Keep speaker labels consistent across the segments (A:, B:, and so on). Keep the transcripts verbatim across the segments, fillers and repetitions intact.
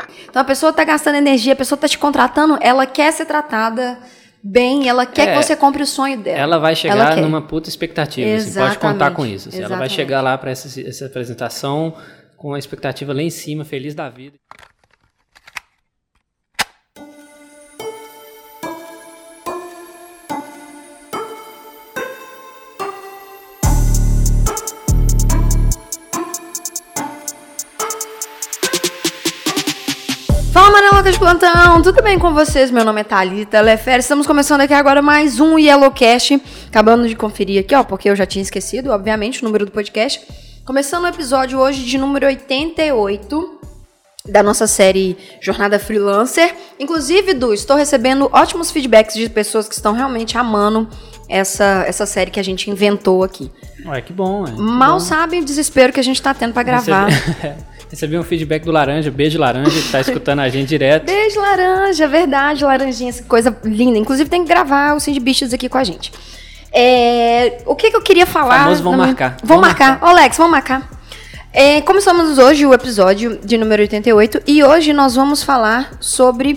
A: Então a pessoa tá gastando energia, a pessoa tá te contratando, ela quer ser tratada bem, ela quer é, que você compre o sonho dela.
B: Ela vai chegar ela numa puta expectativa, você pode contar com isso.
A: Exatamente.
B: Ela vai chegar lá para essa, essa apresentação com a expectativa lá em cima, feliz da vida.
A: Fala, Manelocas de plantão, tudo bem com vocês? Meu nome é Thalita Lefere, estamos começando aqui agora mais um Yellowcast, acabando de conferir aqui, ó, porque eu já tinha esquecido, obviamente, o número do podcast. Começando o episódio hoje de número oitenta e oito da nossa série Jornada Freelancer. Inclusive, Du, estou recebendo ótimos feedbacks de pessoas que estão realmente amando essa, essa série que a gente inventou aqui.
B: Ué, que bom, é.
A: Mal
B: bom.
A: Sabe o desespero que a gente está tendo para gravar.
B: Recebi... Recebi um feedback do Laranja, beijo Laranja, que tá escutando a gente direto.
A: Beijo Laranja, verdade, Laranjinha, essa coisa linda. Inclusive tem que gravar o Cindy Bichos aqui com a gente. É, o que, que eu queria falar...
B: Famoso, vão marcar.
A: Vão marcar. Ô, Lex, vamos marcar. É, começamos hoje o episódio de número oitenta e oito e hoje nós vamos falar sobre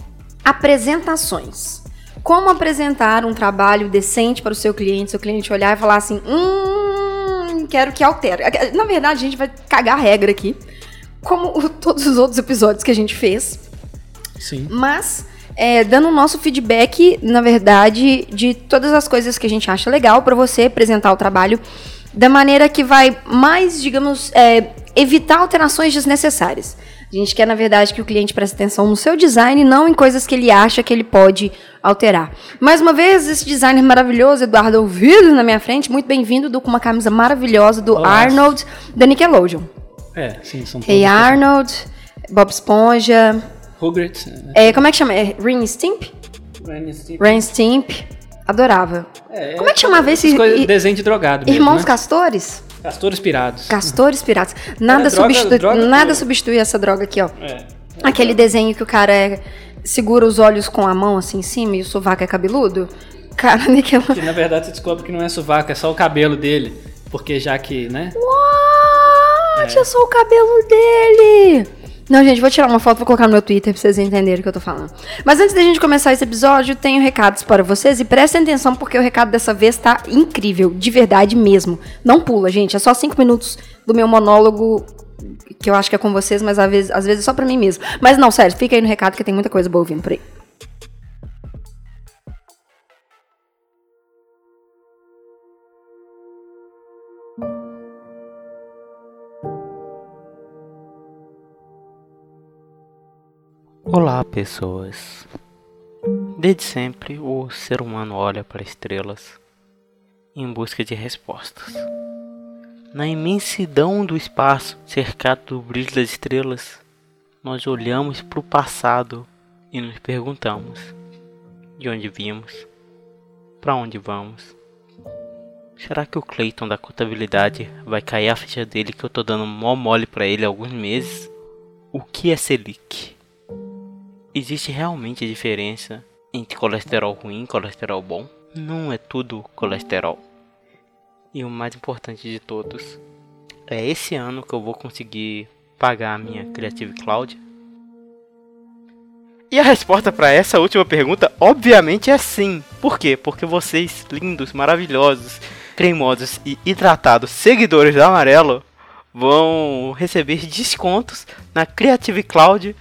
A: apresentações. Como apresentar um trabalho decente para o seu cliente, seu cliente olhar e falar assim, hum, quero que altere. Na verdade, a gente vai cagar a regra aqui, como todos os outros episódios que a gente fez.
B: Sim. Mas,
A: é, dando o nosso feedback, na verdade, de todas as coisas que a gente acha legal para você apresentar o trabalho da maneira que vai mais, digamos, é, evitar alterações desnecessárias. A gente quer, na verdade, que o cliente preste atenção no seu design, não em coisas que ele acha que ele pode alterar. Mais uma vez, esse designer maravilhoso, Eduardo Ouvido, na minha frente, muito bem-vindo, com uma camisa maravilhosa do Olá. Arnold, da Nickelodeon.
B: É, sim, são todos.
A: Hey Arnold, Bob Esponja.
B: Rugrats.
A: É, como é que chama? É Ren Stimp?
B: Ren Stimp.
A: Ren Stimp. Adorava.
B: É,
A: como é que chamava esse?
B: Coisa, desenho de drogado mesmo,
A: Irmãos
B: né?
A: Castores?
B: Castores pirados.
A: Castores pirados. Nada,
B: droga,
A: substitu...
B: droga
A: Nada
B: que...
A: substitui essa droga aqui, ó.
B: É, é
A: Aquele
B: droga.
A: desenho que o cara é... segura os olhos com a mão assim em cima e o sovaco é cabeludo. Cara, naquela...
B: Que na verdade você descobre que não é sovaco, é só o cabelo dele. Porque já que, né?
A: What? É. É só o cabelo dele! Não, gente, vou tirar uma foto e vou colocar no meu Twitter pra vocês entenderem o que eu tô falando. Mas antes da gente começar esse episódio, tenho recados para vocês e prestem atenção porque o recado dessa vez tá incrível, de verdade mesmo. Não pula, gente, é só cinco minutos do meu monólogo, que eu acho que é com vocês, mas às vezes, às vezes é só pra mim mesmo. Mas não, sério, fica aí no recado que tem muita coisa boa vindo por aí.
C: Olá, pessoas. Desde sempre, o ser humano olha para estrelas em busca de respostas. Na imensidão do espaço, cercado do brilho das estrelas, nós olhamos para o passado e nos perguntamos: de onde vimos? Para onde vamos? Será que o Clayton da contabilidade vai cair a ficha dele que eu tô dando mó mole para ele há alguns meses? O que é Selic? Existe realmente diferença entre colesterol ruim e colesterol bom? Não é tudo colesterol. E o mais importante de todos, é esse ano que eu vou conseguir pagar a minha Creative Cloud? E a resposta para essa última pergunta, obviamente, é sim. Por quê? Porque vocês, lindos, maravilhosos, cremosos e hidratados seguidores da Amarelo, vão receber descontos na Creative Cloud.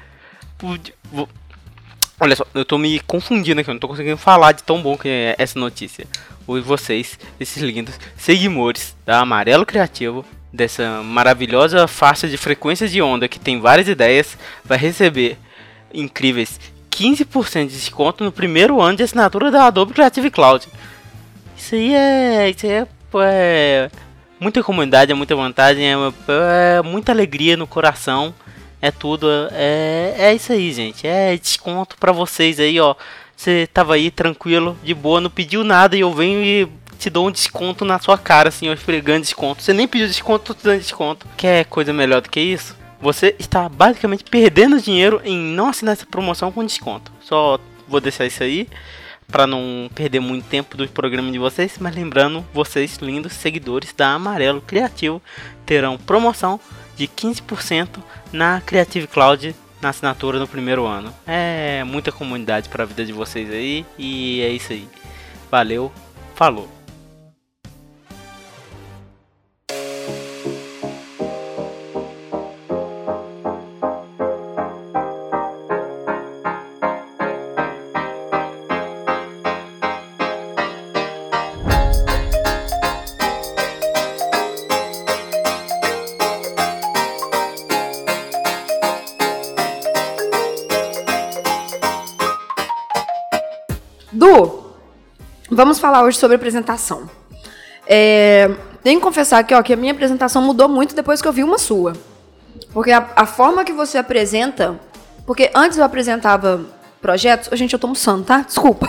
C: Olha só, eu tô me confundindo aqui, eu não tô conseguindo falar de tão bom que é essa notícia. Hoje vocês, esses lindos seguidores da Amarelo Criativo, dessa maravilhosa faixa de frequência de onda que tem várias ideias, vai receber incríveis quinze por cento de desconto no primeiro ano de assinatura da Adobe Creative Cloud. Isso aí é, isso aí é, é muita comunidade, é muita vantagem, é, é muita alegria no coração. É tudo, é, é isso aí, gente. É desconto pra vocês aí, ó. Você tava aí tranquilo, de boa, não pediu nada e eu venho e te dou um desconto na sua cara, assim, ó, esfregando desconto. Você nem pediu desconto, tô te dando desconto. Quer coisa melhor do que isso? Você está basicamente perdendo dinheiro em não assinar essa promoção com desconto. Só vou deixar isso aí pra não perder muito tempo do programa de vocês. Mas lembrando, vocês, lindos seguidores da Amarelo Criativo, terão promoção de quinze por cento na Creative Cloud na assinatura no primeiro ano. É muita comunidade para a vida de vocês aí, e é isso aí. Valeu, falou.
A: Du, vamos falar hoje sobre apresentação. É, tenho que confessar aqui, ó, que a minha apresentação mudou muito depois que eu vi uma sua. Porque a, a forma que você apresenta... Porque antes eu apresentava projetos... Oh, gente, eu tô almoçando, tá? Desculpa.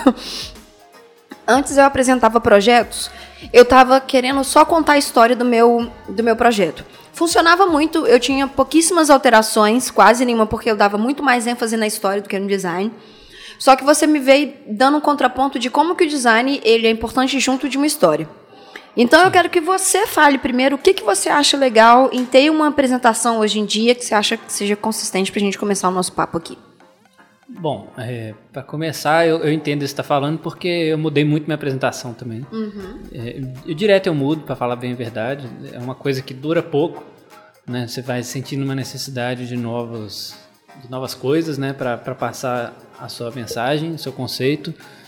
A: Antes eu apresentava projetos, eu tava querendo só contar a história do meu, do meu projeto. Funcionava muito, eu tinha pouquíssimas alterações, quase nenhuma, porque eu dava muito mais ênfase na história do que no design. Só que você me veio dando um contraponto de como que o design ele é importante junto de uma história. Então eu quero que você fale primeiro o que, que você acha legal em ter uma apresentação hoje em dia que você acha que seja consistente para a gente começar o nosso papo aqui.
B: Bom, é, para começar, eu, eu entendo isso que você está falando porque eu mudei muito minha apresentação também. Uhum. É, eu direto eu mudo, para falar bem a verdade. É uma coisa que dura pouco, né? Você vai sentindo uma necessidade de novos... de novas coisas, né, para passar a sua mensagem, o seu conceito.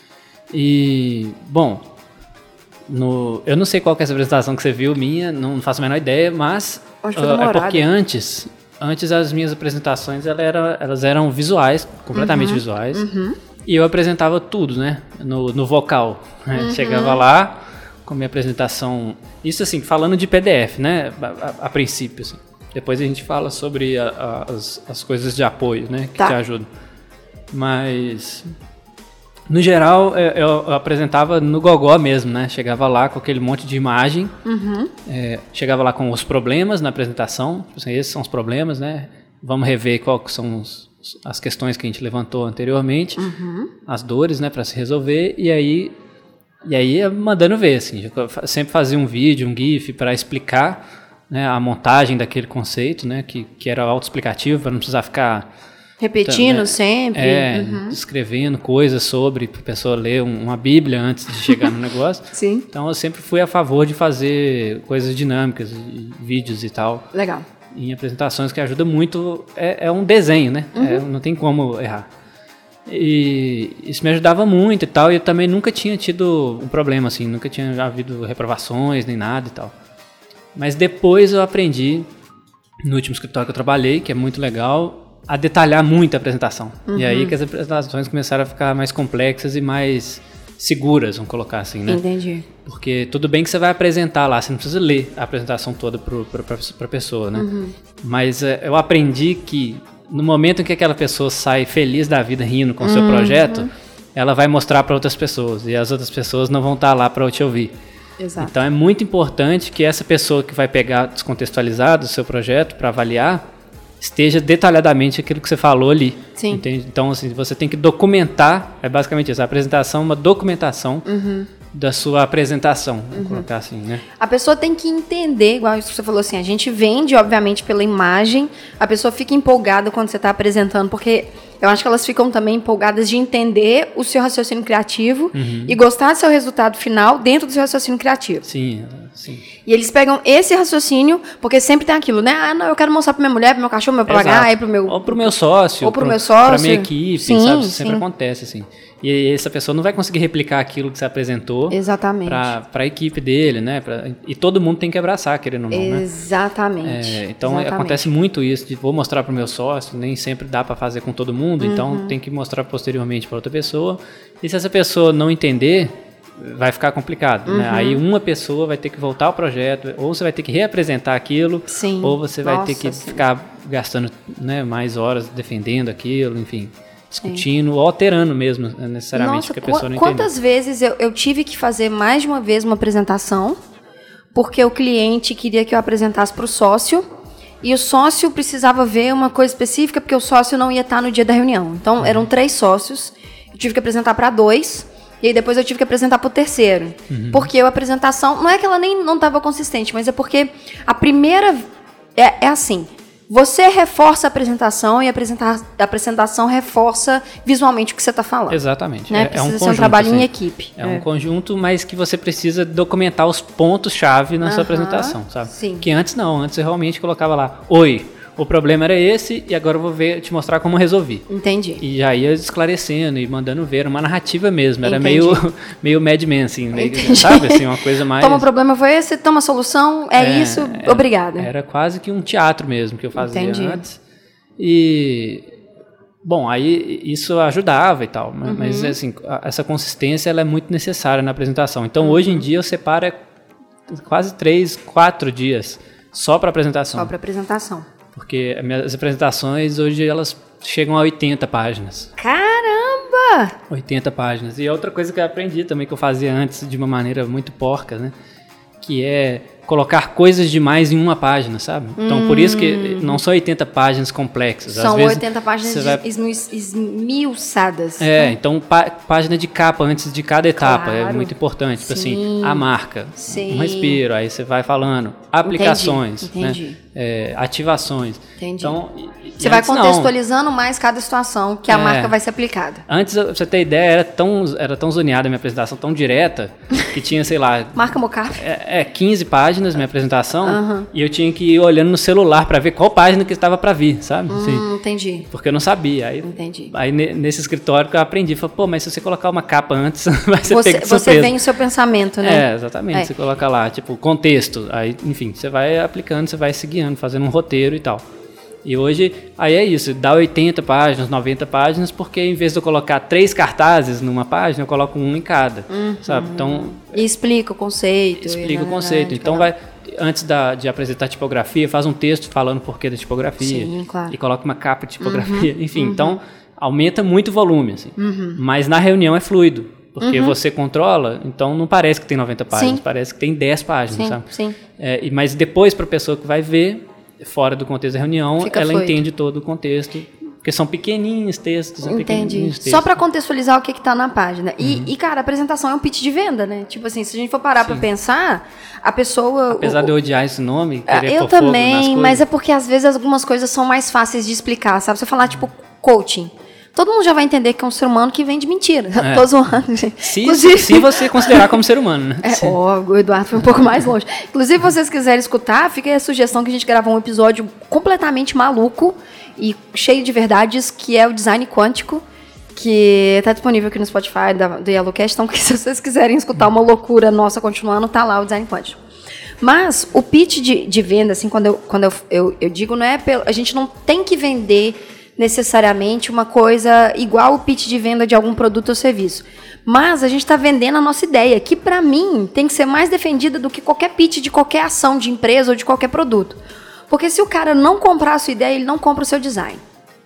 B: E, bom, no, eu não sei qual que é essa apresentação que você viu, minha, não faço a menor ideia, mas uh, é porque antes, antes as minhas apresentações elas eram, elas eram visuais, completamente uhum, visuais, uhum. E eu apresentava tudo, né, no, no vocal. Né? Uhum. Chegava lá com a minha apresentação, isso assim, falando de P D F, né, a, a, a princípio, assim. Depois a gente fala sobre a, a, as, as coisas de apoio, né, que tá. te ajudam. Mas, no geral, eu, eu apresentava no gogó mesmo, né? Chegava lá com aquele monte de imagem, uhum. é, chegava lá com os problemas na apresentação. Assim, esses são os problemas, né? Vamos rever quais são os, as questões que a gente levantou anteriormente, uhum. as dores, né, para se resolver. E aí, e aí mandando ver, assim. Eu sempre fazia um vídeo, um GIF para explicar, né, a montagem daquele conceito, né, que, que era autoexplicativo, para não precisar ficar...
A: Repetindo então, né, sempre.
B: É,
A: uhum.
B: escrevendo coisas sobre, para a pessoa ler uma bíblia antes de chegar no negócio.
A: Sim.
B: Então, eu sempre fui a favor de fazer coisas dinâmicas, vídeos e tal.
A: Legal.
B: Em apresentações, que ajuda muito, é, é um desenho, né? Uhum. É, não tem como errar. E isso me ajudava muito e tal, e eu também nunca tinha tido um problema, assim, nunca tinha havido reprovações nem nada e tal. Mas depois eu aprendi, no último escritório que eu trabalhei, que é muito legal, a detalhar muito a apresentação. Uhum. E aí que as apresentações começaram a ficar mais complexas e mais seguras, vamos colocar assim, né?
A: Entendi.
B: Porque tudo bem que você vai apresentar lá, você não precisa ler a apresentação toda para a pessoa, né? Uhum. Mas é, eu aprendi que no momento em que aquela pessoa sai feliz da vida rindo com o seu uhum. projeto, ela vai mostrar para outras pessoas e as outras pessoas não vão estar lá para te ouvir.
A: Exato.
B: Então é muito importante que essa pessoa que vai pegar descontextualizado o seu projeto para avaliar esteja detalhadamente aquilo que você falou ali.
A: Sim.
B: Entende? Então, assim, você tem que documentar, é basicamente isso, a apresentação é uma documentação uhum. da sua apresentação, vamos uhum. colocar assim, né?
A: A pessoa tem que entender, igual isso que você falou assim, a gente vende, obviamente, pela imagem, a pessoa fica empolgada quando você está apresentando, porque eu acho que elas ficam também empolgadas de entender o seu raciocínio criativo uhum. e gostar do seu resultado final dentro do seu raciocínio criativo.
B: Sim, sim.
A: E eles pegam esse raciocínio, porque sempre tem aquilo, né? Ah, não, eu quero mostrar para minha mulher, para meu cachorro, meu papagaio, para o meu...
B: Ou para o meu sócio.
A: Ou para o meu sócio.
B: Para minha equipe,
A: sim,
B: sabe? Isso
A: sim.
B: sempre acontece, assim. E essa pessoa não vai conseguir replicar aquilo que você apresentou.
A: Exatamente.
B: Para a equipe dele, né? Pra, e todo mundo tem que abraçar, querendo ou não, né?
A: Exatamente.
B: É, então,
A: Exatamente.
B: acontece muito isso, de vou mostrar para o meu sócio, nem sempre dá para fazer com todo mundo, uhum. então tem que mostrar posteriormente para outra pessoa. E se essa pessoa não entender, vai ficar complicado, uhum. né? Aí uma pessoa vai ter que voltar ao projeto, ou você vai ter que reapresentar aquilo,
A: sim.
B: ou você vai
A: Nossa,
B: ter que
A: sim.
B: ficar gastando, né, mais horas defendendo aquilo, enfim, discutindo, sim. ou alterando mesmo, necessariamente,
A: Nossa,
B: porque a pessoa não entende.
A: Quantas vezes eu, eu tive que fazer mais de uma vez uma apresentação, porque o cliente queria que eu apresentasse para o sócio, e o sócio precisava ver uma coisa específica, porque o sócio não ia estar no dia da reunião. Então, uhum. eram três sócios, eu tive que apresentar para dois, e aí depois eu tive que apresentar para o terceiro. Uhum. Porque a apresentação, não é que ela nem não estava consistente, mas é porque a primeira, é, é assim, você reforça a apresentação e a, apresenta- a apresentação reforça visualmente o que você está falando.
B: Exatamente.
A: Né?
B: É,
A: Precisa
B: é um
A: ser
B: conjunto,
A: um trabalho
B: assim.
A: em equipe.
B: É, é um conjunto, mas que você precisa documentar os pontos-chave na uh-huh, sua apresentação, sabe?
A: Sim.
B: Que antes não, antes eu realmente colocava lá, oi, o problema era esse e agora eu vou ver, te mostrar como resolvi.
A: Entendi.
B: E já ia esclarecendo e mandando ver, uma narrativa mesmo, era
A: Entendi.
B: meio, meio Mad Men, assim, meio, sabe? Assim, uma coisa mais...
A: Toma, o problema foi esse, toma a solução, é, é isso,
B: é,
A: obrigada.
B: Era quase que um teatro mesmo que eu fazia
A: Entendi.
B: antes. E... Bom, aí isso ajudava e tal, uhum. mas assim, essa consistência ela é muito necessária na apresentação. Então, uhum. hoje em dia, eu separo quase três, quatro dias só para apresentação.
A: Só para apresentação.
B: Porque as minhas apresentações hoje elas chegam a oitenta páginas.
A: Caramba!
B: oitenta páginas. E outra coisa que eu aprendi também, que eu fazia antes de uma maneira muito porca, né? Que é colocar coisas demais em uma página, sabe? Então, hum. por isso que não são oitenta páginas complexas.
A: São
B: Às vezes,
A: oitenta páginas
B: vai...
A: esmiuçadas.
B: É, então pá, página de capa antes de cada etapa
A: claro.
B: É muito importante. Tipo
A: Sim.
B: assim, a marca,
A: Sim.
B: um respiro, aí você vai falando, aplicações,
A: entendi, entendi.
B: Né? É, ativações.
A: Entendi.
B: Então,
A: você vai contextualizando não. mais cada situação que a é. marca vai ser aplicada.
B: Antes, pra você ter ideia, era tão, era tão zoneada a minha apresentação, tão direta, que tinha, sei lá...
A: Marca mocap.
B: É, é, quinze páginas minha apresentação,
A: uhum.
B: e eu tinha que ir olhando no celular para ver qual página que estava para vir, sabe?
A: Hum,
B: assim,
A: entendi.
B: Porque eu não sabia. Aí,
A: entendi.
B: Aí nesse escritório que eu aprendi, falei, pô, mas se você colocar uma capa antes, vai ser
A: você,
B: pego de
A: você
B: surpresa.
A: vem o seu pensamento, né?
B: É, exatamente.
A: É.
B: Você coloca lá, tipo, contexto. Aí, enfim, você vai aplicando, você vai se guiando, fazendo um roteiro e tal. E hoje, aí é isso, dá oitenta páginas, noventa páginas, porque em vez de eu colocar três cartazes numa página, eu coloco um em cada, uhum. sabe? Então...
A: E explica o conceito.
B: Explica
A: e,
B: o conceito.
A: né,
B: Então, vai, antes da, de apresentar a tipografia, faz um texto falando o porquê da tipografia.
A: Sim, claro.
B: E coloca uma capa de tipografia.
A: Uhum,
B: Enfim,
A: uhum.
B: então, aumenta muito o volume, assim.
A: Uhum.
B: Mas na reunião é fluido. Porque
A: uhum.
B: você controla, então não parece que tem noventa páginas,
A: sim.
B: parece que tem dez páginas,
A: sim,
B: sabe?
A: Sim.
B: É, mas depois, para a pessoa que vai ver, fora do contexto da reunião,
A: fica
B: ela
A: fluido.
B: entende todo o contexto, porque são pequenininhos textos. São
A: Entendi.
B: Pequenininhos textos.
A: Só para contextualizar o que está na página. E, uhum. e, cara, a apresentação é um pitch de venda, né? Tipo assim, se a gente for parar para pensar, a pessoa...
B: Apesar
A: o,
B: de eu odiar esse nome, querer
A: eu
B: pôr fogo nas
A: também,
B: coisas.
A: mas é porque às vezes algumas coisas são mais fáceis de explicar, sabe? Se eu falar, tipo, coaching... Todo mundo já vai entender que é um ser humano que vem de mentira. É. Tô zoando, gente.
B: Se, Inclusive... se você considerar como ser humano, né?
A: É, ó, o Eduardo foi um pouco mais longe. Inclusive, se vocês quiserem escutar, fica aí a sugestão que a gente gravou um episódio completamente maluco e cheio de verdades, que é o design quântico, que está disponível aqui no Spotify da, do Yellowcast. Então, se vocês quiserem escutar uma loucura nossa continuando, tá lá o design quântico. Mas o pitch de, de venda, assim, quando, eu, quando eu, eu, eu digo, não é pelo, a gente não tem que vender necessariamente uma coisa igual o pitch de venda de algum produto ou serviço. Mas a gente está vendendo a nossa ideia, que para mim tem que ser mais defendida do que qualquer pitch de qualquer ação de empresa ou de qualquer produto. Porque se o cara não comprar a sua ideia, ele não compra o seu design.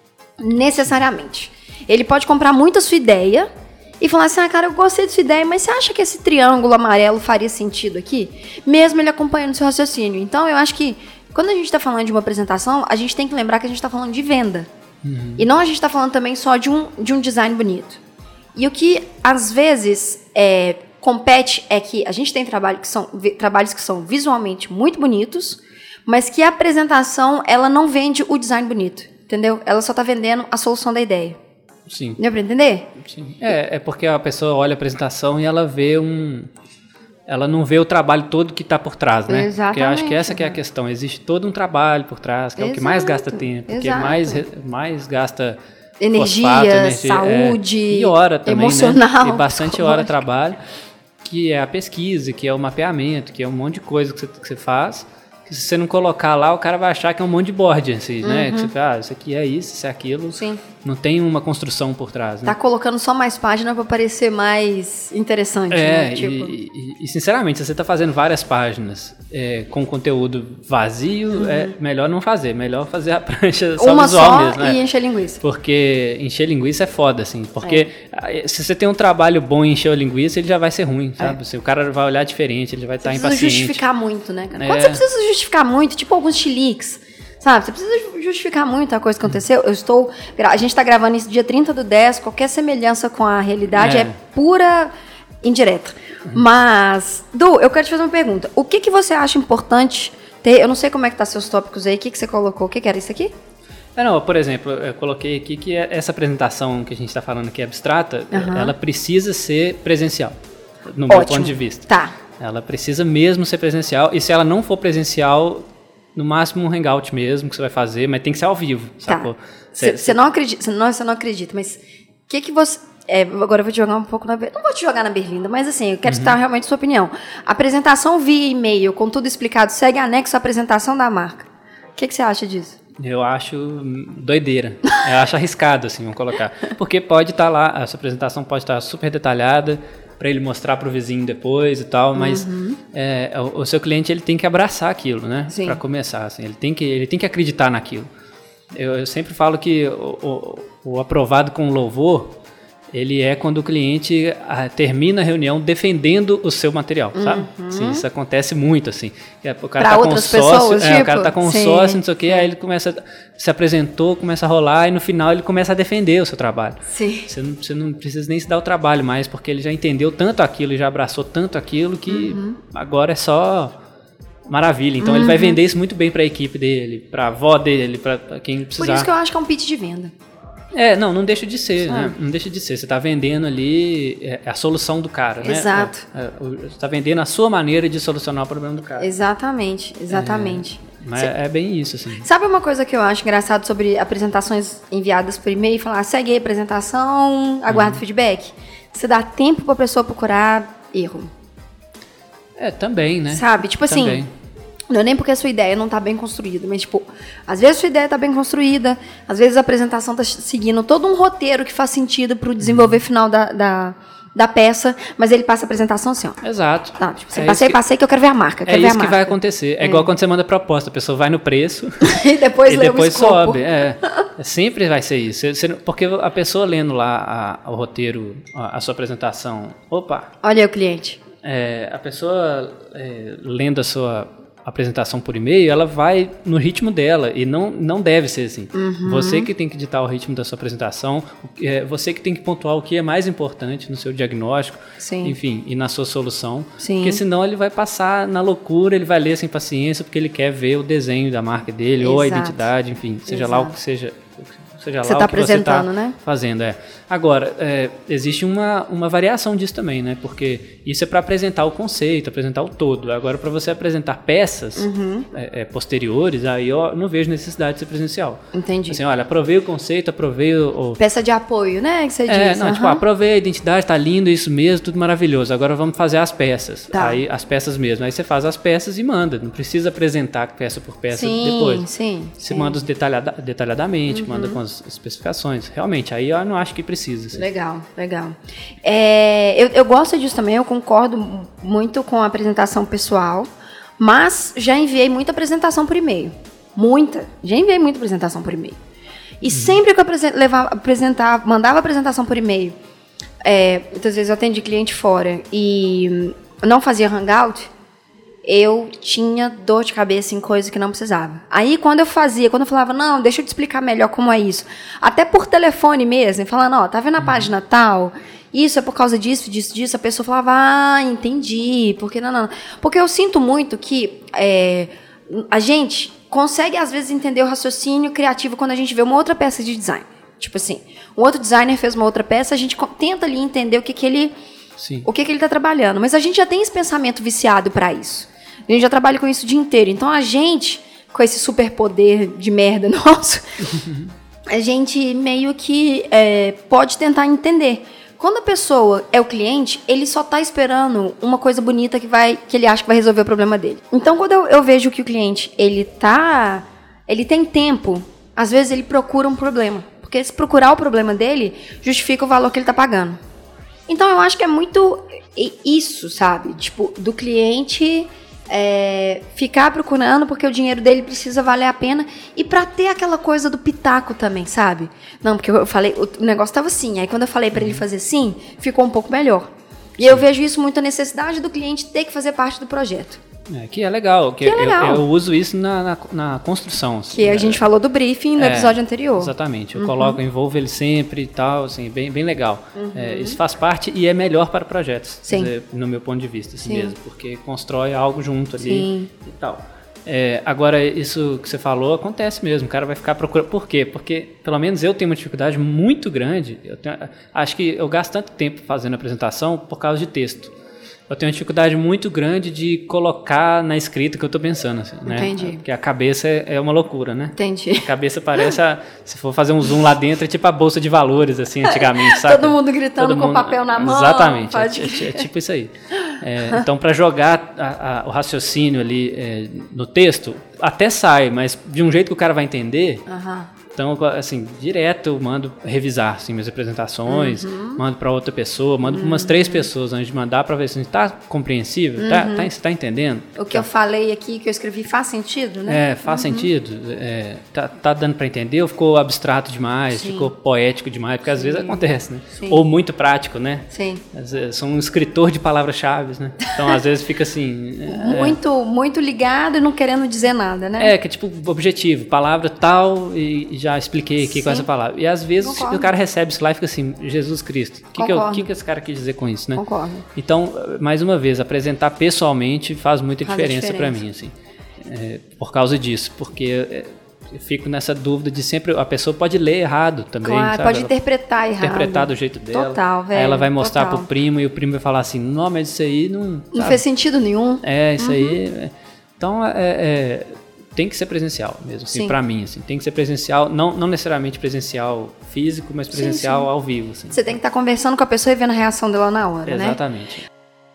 A: Necessariamente. Ele pode comprar muito a sua ideia e falar assim, ah, cara, eu gostei da sua ideia, mas você acha que esse triângulo amarelo faria sentido aqui? Mesmo ele acompanhando o seu raciocínio. Então, eu acho que quando a gente está falando de uma apresentação, a gente tem que lembrar que a gente está falando de venda. Uhum. E não a gente está falando também só de um, de um design bonito. E o que, às vezes, é, compete é que a gente tem trabalho que são, vi, trabalhos que são visualmente muito bonitos, mas que a apresentação ela não vende o design bonito, entendeu? Ela só está vendendo a solução da ideia.
B: Sim.
A: Deu para entender?
B: Sim. É, é porque a pessoa olha a apresentação e ela vê um... Ela não vê o trabalho todo que está por trás, né?
A: Exatamente.
B: Porque eu acho que essa que é a questão. Existe todo um trabalho por trás, que é Exato. O que mais gasta tempo,
A: Exato.
B: que mais, mais gasta
A: energia,
B: fosfato, energia
A: saúde,
B: é, e hora também,
A: emocional,
B: né? E bastante hora de trabalho, que é a pesquisa, que é o mapeamento, que é um monte de coisa que você, que você faz. Que se você não colocar lá, o cara vai achar que é um monte de board, assim, uhum. né? Que você fala, ah, isso aqui é isso, isso é aquilo.
A: Sim.
B: Não tem uma construção por trás, né?
A: Tá colocando só mais página para parecer mais interessante,
B: é,
A: né? Tipo...
B: E, e, e, sinceramente, se você tá fazendo várias páginas é, com conteúdo vazio, uhum. é melhor não fazer. Melhor fazer a prancha só
A: Uma
B: visual
A: só
B: mesmo, né?
A: E encher linguiça.
B: Porque encher linguiça é foda, assim. Porque é. se você tem um trabalho bom em encher a linguiça, ele já vai ser ruim, sabe? É. Assim, o cara vai olhar diferente, ele vai estar tá impaciente.
A: Você precisa justificar muito, né, cara?
B: É.
A: Quando você precisa justificar muito, tipo alguns chiliques, sabe? Você precisa justificar muito a coisa que aconteceu. Eu estou... A gente está gravando isso dia trinta do dez. Qualquer semelhança com a realidade é, é pura indireta. Uhum. Mas, Du, eu quero te fazer uma pergunta. O que, que você acha importante ter... Eu não sei como é que tá seus tópicos aí. O que, que você colocou? O que, que era isso aqui?
B: É, não, por exemplo, eu coloquei aqui que essa apresentação que a gente está falando aqui abstrata, uhum. ela precisa ser presencial, no Ótimo. meu ponto de vista.
A: Tá.
B: Ela precisa mesmo ser presencial, e se ela não for presencial, no máximo um hangout mesmo que você vai fazer, mas tem que ser ao vivo, sacou?
A: Você tá. não acredita, não, você não acredita, mas o que que você... É, agora eu vou te jogar um pouco na... Não vou te jogar na berlinda, mas assim, eu quero uhum. citar realmente a sua opinião. A apresentação via e-mail, com tudo explicado, segue anexo à apresentação da marca. O que que você acha disso?
B: Eu acho doideira. Eu acho arriscado, assim, vamos colocar. Porque pode estar tá lá, essa apresentação pode estar tá super detalhada para ele mostrar para o vizinho depois e tal, mas uhum. é, o, o seu cliente ele tem que abraçar aquilo, né? Para começar, assim, ele tem que ele tem que acreditar naquilo. Eu, eu sempre falo que o, o, o aprovado com louvor, ele é quando o cliente ah, termina a reunião defendendo o seu material, uhum. sabe? Sim, isso acontece muito, assim. O cara
A: pra
B: tá
A: outras
B: com sócio,
A: pessoas,
B: é,
A: tipo?
B: o cara tá com um
A: Sim.
B: sócio, não sei o quê, aí ele começa, se apresentou, começa a rolar, e no final ele começa a defender o seu trabalho.
A: Sim.
B: Você não, você não precisa nem se dar o trabalho mais, porque ele já entendeu tanto aquilo, já abraçou tanto aquilo, que uhum. agora é só... Maravilha, então uhum. ele vai vender isso muito bem para a equipe dele, para a avó dele, para quem precisar.
A: Por isso que eu acho que é um pitch de venda.
B: É, não, não deixa de ser, né? Não deixa de ser. Você está vendendo ali é, a solução do cara, né?
A: Exato.
B: É, é, você está vendendo a sua maneira de solucionar o problema do cara.
A: Exatamente, exatamente.
B: É, mas Cê, é bem isso, assim.
A: Sabe uma coisa que eu acho engraçado sobre apresentações enviadas por e-mail? Falar, segue aí a apresentação, aguarda uhum. feedback. Você dá tempo para a pessoa procurar erro.
B: É, também, né?
A: Sabe? Tipo assim...
B: Também.
A: Não é nem porque a sua ideia não está bem construída, mas, tipo, às vezes a sua ideia está bem construída, às vezes a apresentação está seguindo todo um roteiro que faz sentido para o desenvolver uhum. final da, da, da peça, mas ele passa a apresentação assim, ó.
B: Exato.
A: Tá, tipo, assim, é passei, que, passei que eu quero ver a marca. Quero
B: é
A: ver
B: isso
A: a
B: que
A: marca.
B: vai acontecer. É, é igual quando você manda proposta, a pessoa vai no preço
A: e depois,
B: e
A: lê
B: depois
A: o escopo.
B: sobe. É, sempre vai ser isso. Você, porque a pessoa lendo lá a, o roteiro, a, a sua apresentação, opa.
A: Olha aí o cliente.
B: É, a pessoa é, lendo a sua apresentação por e-mail, ela vai no ritmo dela e não, não deve ser assim. Uhum. Você que tem que ditar o ritmo da sua apresentação, é, você que tem que pontuar o que é mais importante no seu diagnóstico, Sim. enfim, e na sua solução, Sim. porque senão ele vai passar na loucura, ele vai ler sem paciência porque ele quer ver o desenho da marca dele Exato. ou a identidade, enfim, seja Exato. lá o que seja... Seja
A: você
B: lá
A: tá
B: o que você está
A: né?
B: fazendo. É. Agora, é, existe uma, uma variação disso também, né? Porque isso é para apresentar o conceito, apresentar o todo. Agora, para você apresentar peças uhum. é, é, posteriores, aí eu não vejo necessidade de ser presencial.
A: Entendi.
B: Assim, olha, aprovei o conceito, aprovei o...
A: Peça de apoio, né? Que você
B: é,
A: diz.
B: Não, uhum. tipo, aprovei a identidade, tá lindo, isso mesmo, tudo maravilhoso. Agora vamos fazer as peças.
A: Tá.
B: Aí, as peças mesmo. Aí você faz as peças e manda. Não precisa apresentar peça por peça
A: sim,
B: depois.
A: Sim,
B: Você
A: sim.
B: manda os detalhada, detalhadamente, uhum. manda com as especificações. Realmente, aí eu não acho que precisa. Assim.
A: Legal, legal. É, eu, eu gosto disso também, eu concordo muito com a apresentação pessoal, mas já enviei muita apresentação por e-mail. Muita. Já enviei muita apresentação por e-mail. E uhum. sempre que eu apresent, levava, apresentava, mandava apresentação por e-mail, é, muitas vezes eu atendi cliente fora e não fazia hangout, eu tinha dor de cabeça em coisa que não precisava. Aí, quando eu fazia, quando eu falava, não, deixa eu te explicar melhor como é isso, até por telefone mesmo, falando, ó, tá vendo a uhum. página tal? Isso é por causa disso, disso, disso. A pessoa falava, ah, entendi, porque não, não. Porque eu sinto muito que é, a gente consegue, às vezes, entender o raciocínio criativo quando a gente vê uma outra peça de design. Tipo assim, um outro designer fez uma outra peça, a gente tenta ali entender o que, que ele... Sim. O que, que ele está trabalhando. Mas a gente já tem esse pensamento viciado para isso. A gente já trabalha com isso o dia inteiro. Então, a gente, com esse superpoder de merda nosso, a gente meio que é, pode tentar entender. Quando a pessoa é o cliente, ele só está esperando uma coisa bonita que, vai, que ele acha que vai resolver o problema dele. Então, quando eu, eu vejo que o cliente ele tá, ele tem tempo, às vezes ele procura um problema. Porque se procurar o problema dele, justifica o valor que ele está pagando. Então, eu acho que é muito isso, sabe? Tipo, do cliente é, ficar procurando porque o dinheiro dele precisa valer a pena e pra ter aquela coisa do pitaco também, sabe? Não, porque eu falei, o negócio tava assim. Aí, quando eu falei pra ele fazer assim, ficou um pouco melhor. E Sim. eu vejo isso muito a necessidade do cliente ter que fazer parte do projeto.
B: É, que é legal, que, que é legal. Eu, eu uso isso na, na, na construção. Assim,
A: que a é, gente falou do briefing no é, episódio anterior.
B: Exatamente, eu uhum. coloco, envolvo ele sempre e tal, assim, bem, bem legal. Uhum. É, isso faz parte e é melhor para projetos,
A: Sim.
B: dizer, no meu ponto de vista, assim
A: Sim.
B: mesmo, porque constrói algo junto ali
A: Sim.
B: e tal. É, agora, isso que você falou acontece mesmo, o cara vai ficar procurando. Por quê? Porque, pelo menos eu tenho uma dificuldade muito grande. Eu tenho, acho que eu gasto tanto tempo fazendo apresentação por causa de texto. Eu tenho uma dificuldade muito grande de colocar na escrita o que eu estou pensando. Assim, né?
A: Entendi.
B: Porque a cabeça é, é uma loucura, né?
A: Entendi.
B: A cabeça parece, a, se for fazer um zoom lá dentro, é tipo a bolsa de valores, assim, antigamente, sabe?
A: Todo mundo gritando Todo com mundo, papel na mão.
B: Exatamente, é, é, é tipo isso aí. É, então, para jogar a, a, o raciocínio ali é, no texto, até sai, mas de um jeito que o cara vai entender... Uhum. Então, assim, direto eu mando revisar assim, minhas apresentações, uhum. mando para outra pessoa, mando uhum. para umas três pessoas antes de mandar para ver se está compreensível, uhum. tá, tá, você está entendendo?
A: O que
B: tá.
A: eu falei aqui, que eu escrevi, faz sentido, né?
B: É, faz
A: uhum.
B: sentido. É, tá, tá dando para entender ou ficou abstrato demais,
A: Sim.
B: ficou poético demais, porque às
A: Sim.
B: vezes acontece, né?
A: Sim.
B: Ou muito prático, né?
A: Sim.
B: Vezes, são um escritor de palavras-chave, né? Então, às vezes fica assim...
A: muito,
B: é,
A: muito ligado e não querendo dizer nada, né?
B: É, que é tipo objetivo, palavra tal e já expliquei aqui com essa palavra. E às vezes Concordo. O cara recebe isso lá e fica assim, Jesus Cristo. O que, que, eu, que, que esse cara quis dizer com isso, né?
A: Concordo.
B: Então, mais uma vez, apresentar pessoalmente faz muita faz diferença para mim, assim. É, por causa disso. Porque é, eu fico nessa dúvida de sempre... A pessoa pode ler errado também,
A: claro,
B: sabe?
A: pode
B: ela
A: interpretar errado.
B: Interpretar do jeito dela.
A: Total, velho.
B: Aí ela vai mostrar
A: total.
B: pro primo e o primo vai falar assim, não, mas isso aí não...
A: Não
B: sabe?
A: fez sentido nenhum.
B: É, isso
A: uhum.
B: aí... É, então, é... é tem que ser presencial mesmo, assim, para mim, assim, tem que ser presencial, não, não necessariamente presencial físico, mas presencial sim, sim. ao vivo. Assim.
A: Você tem que estar tá conversando com a pessoa e vendo a reação dela na hora,
B: Exatamente.
A: né?
B: Exatamente.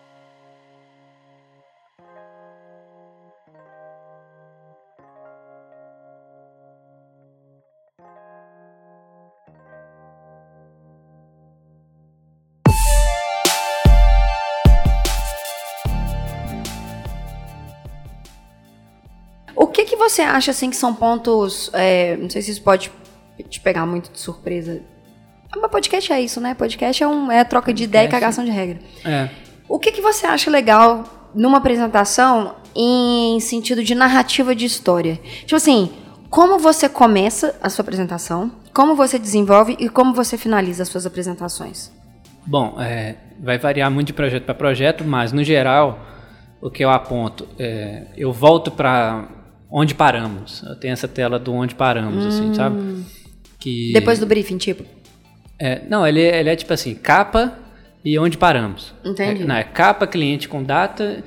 A: O que que você acha, assim, que são pontos... É, não sei se isso pode te pegar muito de surpresa. Mas podcast é isso, né? Podcast é, um, é troca de ideia e cagação de regra.
B: É.
A: O que que você acha legal numa apresentação em sentido de narrativa de história? Tipo assim, como você começa a sua apresentação, como você desenvolve e como você finaliza as suas apresentações?
B: Bom, é, vai variar muito de projeto para projeto, mas, no geral, o que eu aponto, é, eu volto para... onde paramos. Eu tenho essa tela do onde paramos, hum. assim, sabe? Que...
A: Depois do briefing, tipo?
B: É, não, ele, ele é tipo assim, capa e onde paramos.
A: Entendi.
B: É, não, é capa, cliente com data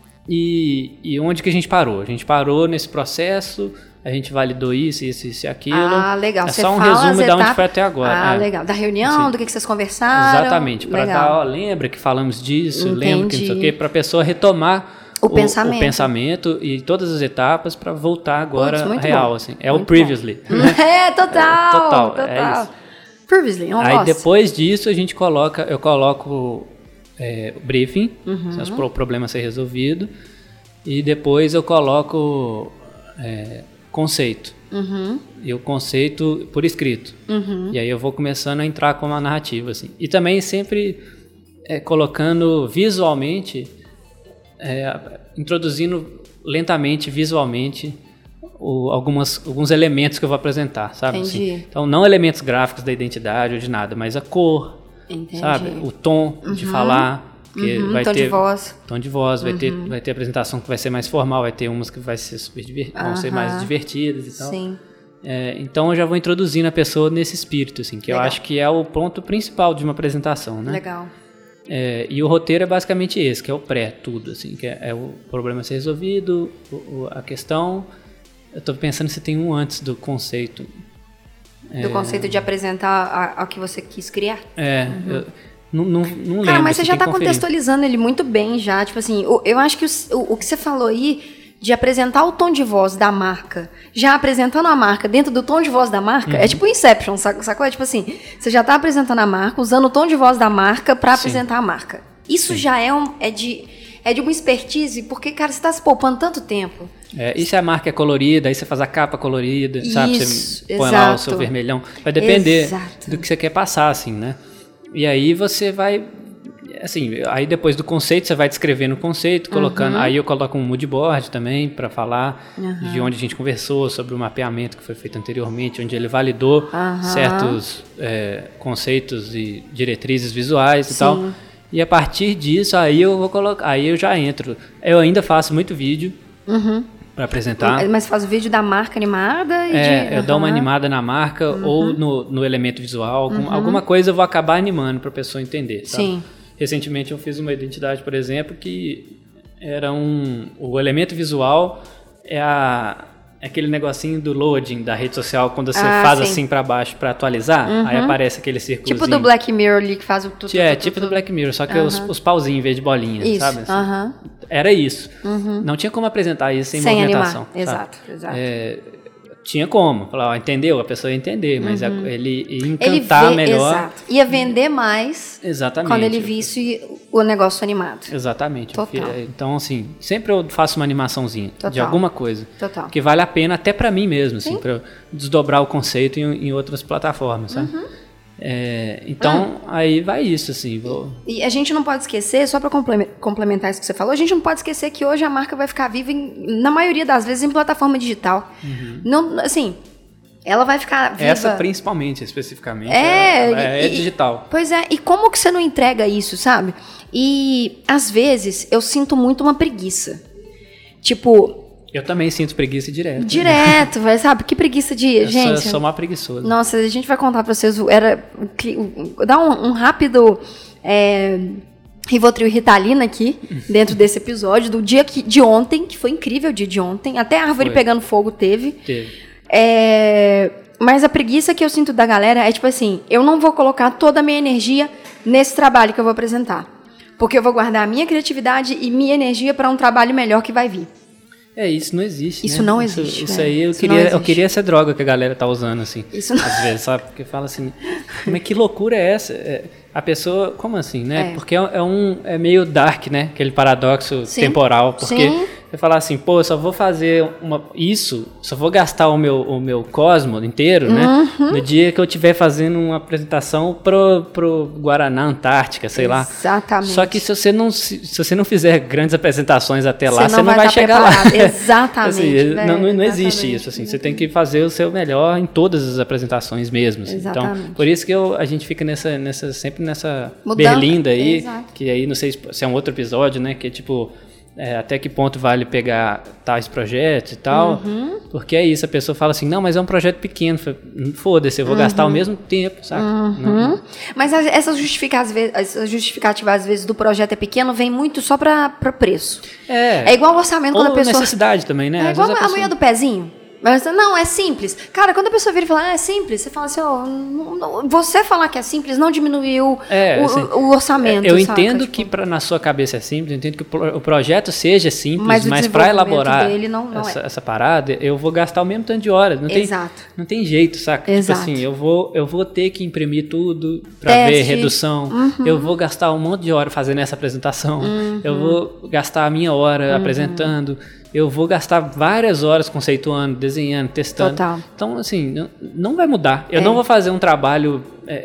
B: e, e onde que a gente parou. A gente parou nesse processo, a gente validou isso, isso, isso e aquilo.
A: Ah, legal.
B: É
A: Você
B: só um
A: fala
B: resumo de
A: etapas...
B: onde foi até agora.
A: Ah,
B: é.
A: legal. Da reunião, assim, do que, que vocês conversaram.
B: Exatamente. Para dar, ó, lembra que falamos disso,
A: Entendi.
B: lembra que não sei o quê, para a pessoa retomar...
A: O,
B: o
A: pensamento.
B: o pensamento e todas as etapas para voltar agora
A: Puts,
B: real,
A: bom.
B: assim. É
A: muito
B: o previously.
A: Né? É, total.
B: É, total,
A: total.
B: é isso.
A: Previously, eu
B: Aí
A: gosto.
B: depois disso a gente coloca, eu coloco é, o briefing,
A: uhum.
B: se o problema ser resolvido, e depois eu coloco é, conceito.
A: Uhum.
B: E o conceito por escrito.
A: Uhum.
B: E aí eu vou começando a entrar com uma narrativa, assim. E também sempre é, colocando visualmente... É, introduzindo lentamente, visualmente, o, algumas, alguns elementos que eu vou apresentar, sabe?
A: Entendi.
B: Assim, então, não elementos gráficos da identidade ou de nada, mas a cor,
A: Entendi.
B: sabe? O tom
A: uhum.
B: de falar, porque
A: uhum.
B: vai
A: tom
B: ter
A: de voz.
B: tom de voz, vai
A: uhum.
B: ter vai ter apresentação que vai ser mais formal, vai ter umas que vai ser super divert...
A: uhum.
B: vão ser mais divertidas e tal.
A: Sim.
B: É, então, eu já vou introduzindo a pessoa nesse espírito, assim, que
A: Legal.
B: eu acho que é o ponto principal de uma apresentação, né?
A: Legal.
B: É, e o roteiro é basicamente esse, que é o pré, tudo, assim, que é, é o problema ser resolvido, o, o, a questão. Eu estou pensando se tem um antes do conceito.
A: Do é, conceito de apresentar o que você quis criar?
B: É, uhum. eu não, não, não lembro.
A: Cara, mas você já está
B: conferir.
A: contextualizando ele muito bem já, tipo assim, eu, eu acho que o, o, o que você falou aí, de apresentar o tom de voz da marca, já apresentando a marca dentro do tom de voz da marca, uhum. é tipo Inception, sacou? É tipo assim, você já está apresentando a marca, usando o tom de voz da marca para apresentar a marca. Isso Sim. já é, um, é, de, é de uma expertise, porque, cara, você está se poupando tanto tempo.
B: É, e se a marca é colorida, aí você faz a capa colorida, sabe?
A: Isso,
B: você põe
A: exato.
B: lá o seu vermelhão. Vai depender
A: Exato.
B: do que você quer passar, assim, né? E aí você vai... Assim, aí depois do conceito, você vai descrevendo o conceito, colocando... Uhum. Aí eu coloco um moodboard também para falar uhum. de onde a gente conversou, sobre o mapeamento que foi feito anteriormente, onde ele validou uhum. certos é, conceitos e diretrizes visuais Sim. e tal. E a partir disso, aí eu vou colocar... Aí eu já entro. Eu ainda faço muito vídeo.
A: Uhum.
B: para apresentar.
A: Mas faz o vídeo da marca animada? E
B: é,
A: de...
B: eu
A: uhum.
B: dou uma animada na marca uhum. ou no, no elemento visual. Algum, uhum. Alguma coisa eu vou acabar animando para a pessoa entender. Sabe? Sim. Recentemente eu fiz uma identidade, por exemplo, que era um... O elemento visual é a... aquele negocinho do loading da rede social, quando você ah, faz sim. assim pra baixo pra atualizar, uhum. aí aparece aquele círculozinho.
A: Tipo do Black Mirror ali que faz o tudo.
B: É, tipo do Black Mirror, só que uhum. os, os pauzinhos em vez de bolinha,
A: isso.
B: sabe? Assim.
A: Uhum.
B: Era isso.
A: Uhum.
B: Não tinha como apresentar isso sem,
A: sem
B: movimentação.
A: Animar. Exato, exato.
B: É, tinha como. Falar, ó, entendeu? A pessoa ia entender, mas uhum. ele ia encantar ele vê, melhor. Exato.
A: Ia vender mais
B: Exatamente.
A: quando ele visse o negócio animado.
B: Exatamente.
A: Total.
B: Então, assim, sempre eu faço uma animaçãozinha Total. de alguma coisa.
A: Total.
B: Que vale a pena até pra mim mesmo, assim, pra eu desdobrar o conceito em, em outras plataformas, sabe? Uhum. É, então, ah. aí vai isso, assim. Vou...
A: E a gente não pode esquecer, só para complementar isso que você falou, a gente não pode esquecer que hoje a marca vai ficar viva, em, na maioria das vezes, em plataforma digital. Uhum. Não, assim, ela vai ficar viva...
B: Essa principalmente, especificamente,
A: é,
B: ela é
A: e,
B: digital.
A: Pois é, e como que você não entrega isso, sabe? E, às vezes, eu sinto muito uma preguiça. Tipo...
B: Eu também sinto preguiça direto.
A: Direto, né? Sabe? Que preguiça de...
B: Eu
A: gente,
B: sou, eu sou uma preguiçosa.
A: Nossa, a gente vai contar pra vocês... Era, dá um, um rápido... É, Rivotril e Ritalina aqui, dentro desse episódio, do dia que, de ontem, que foi incrível o dia de ontem. Até a árvore foi. Pegando fogo teve.
B: Teve.
A: É, mas a preguiça que eu sinto da galera é tipo assim... Eu não vou colocar toda a minha energia nesse trabalho que eu vou apresentar. Porque eu vou guardar a minha criatividade e minha energia para um trabalho melhor que vai vir.
B: É, isso não existe,
A: Isso
B: né?
A: não
B: isso,
A: existe.
B: Isso
A: é.
B: aí eu
A: isso
B: queria, eu queria essa droga que a galera tá usando, assim.
A: Isso não...
B: Às vezes, sabe? Porque fala assim, mas que loucura é essa? É, a pessoa, como assim, né?
A: É.
B: Porque é, é um, é meio dark, né? Aquele paradoxo
A: Sim.
B: temporal. Porque
A: Sim.
B: você fala assim, pô, eu só vou fazer uma, isso, só vou gastar o meu, o meu cosmo inteiro, né?
A: Uhum.
B: No dia que eu estiver fazendo uma apresentação pro, pro Guaraná Antártica, sei lá.
A: Exatamente.
B: Só que se você não, se, se você não fizer grandes apresentações até lá,
A: você não
B: você não
A: vai,
B: vai chegar
A: preparado.
B: lá.
A: Exatamente.
B: assim,
A: velho,
B: não, não, não existe
A: exatamente.
B: isso, assim. Você tem que fazer o seu melhor em todas as apresentações mesmo. Assim.
A: Exatamente.
B: Então, por isso que eu, a gente fica nessa, nessa, sempre nessa
A: Mudando.
B: berlinda aí,
A: Exato.
B: que aí não sei se é um outro episódio, né? Que é tipo, é, até que ponto vale pegar tais projetos e tal. Uhum. Porque é isso, a pessoa fala assim, não, mas é um projeto pequeno. Foda-se, eu vou uhum. gastar o mesmo tempo, sabe?
A: Uhum. Não. Mas essa justificativa, essa justificativa, às vezes, do projeto é pequeno, vem muito só para o preço. É. É igual o orçamento quando
B: Ou
A: a pessoa...
B: necessidade também, né?
A: É
B: às
A: igual a,
B: a pessoa...
A: mulher do pezinho. Mas, não, é simples. Cara, quando a pessoa vira e fala, ah, é simples, você fala assim, ó, oh, você falar que é simples não diminuiu
B: é,
A: o,
B: assim,
A: o orçamento.
B: Eu
A: saca?
B: entendo
A: tipo...
B: que pra, na sua cabeça é simples, eu entendo que o projeto seja simples,
A: mas,
B: mas para elaborar
A: dele não, não
B: essa,
A: é.
B: essa parada, eu vou gastar o mesmo tanto de horas. Não tem,
A: Exato.
B: Não tem jeito, saca?
A: Exato.
B: Tipo assim, eu vou, eu vou ter que imprimir tudo pra
A: Teste.
B: ver redução,
A: uhum.
B: eu vou gastar um monte de hora fazendo essa apresentação, uhum. eu vou gastar a minha hora uhum. apresentando, eu vou gastar várias horas conceituando, desenhando, testando.
A: Total.
B: Então, assim, não, não vai mudar. Eu é. não vou fazer um trabalho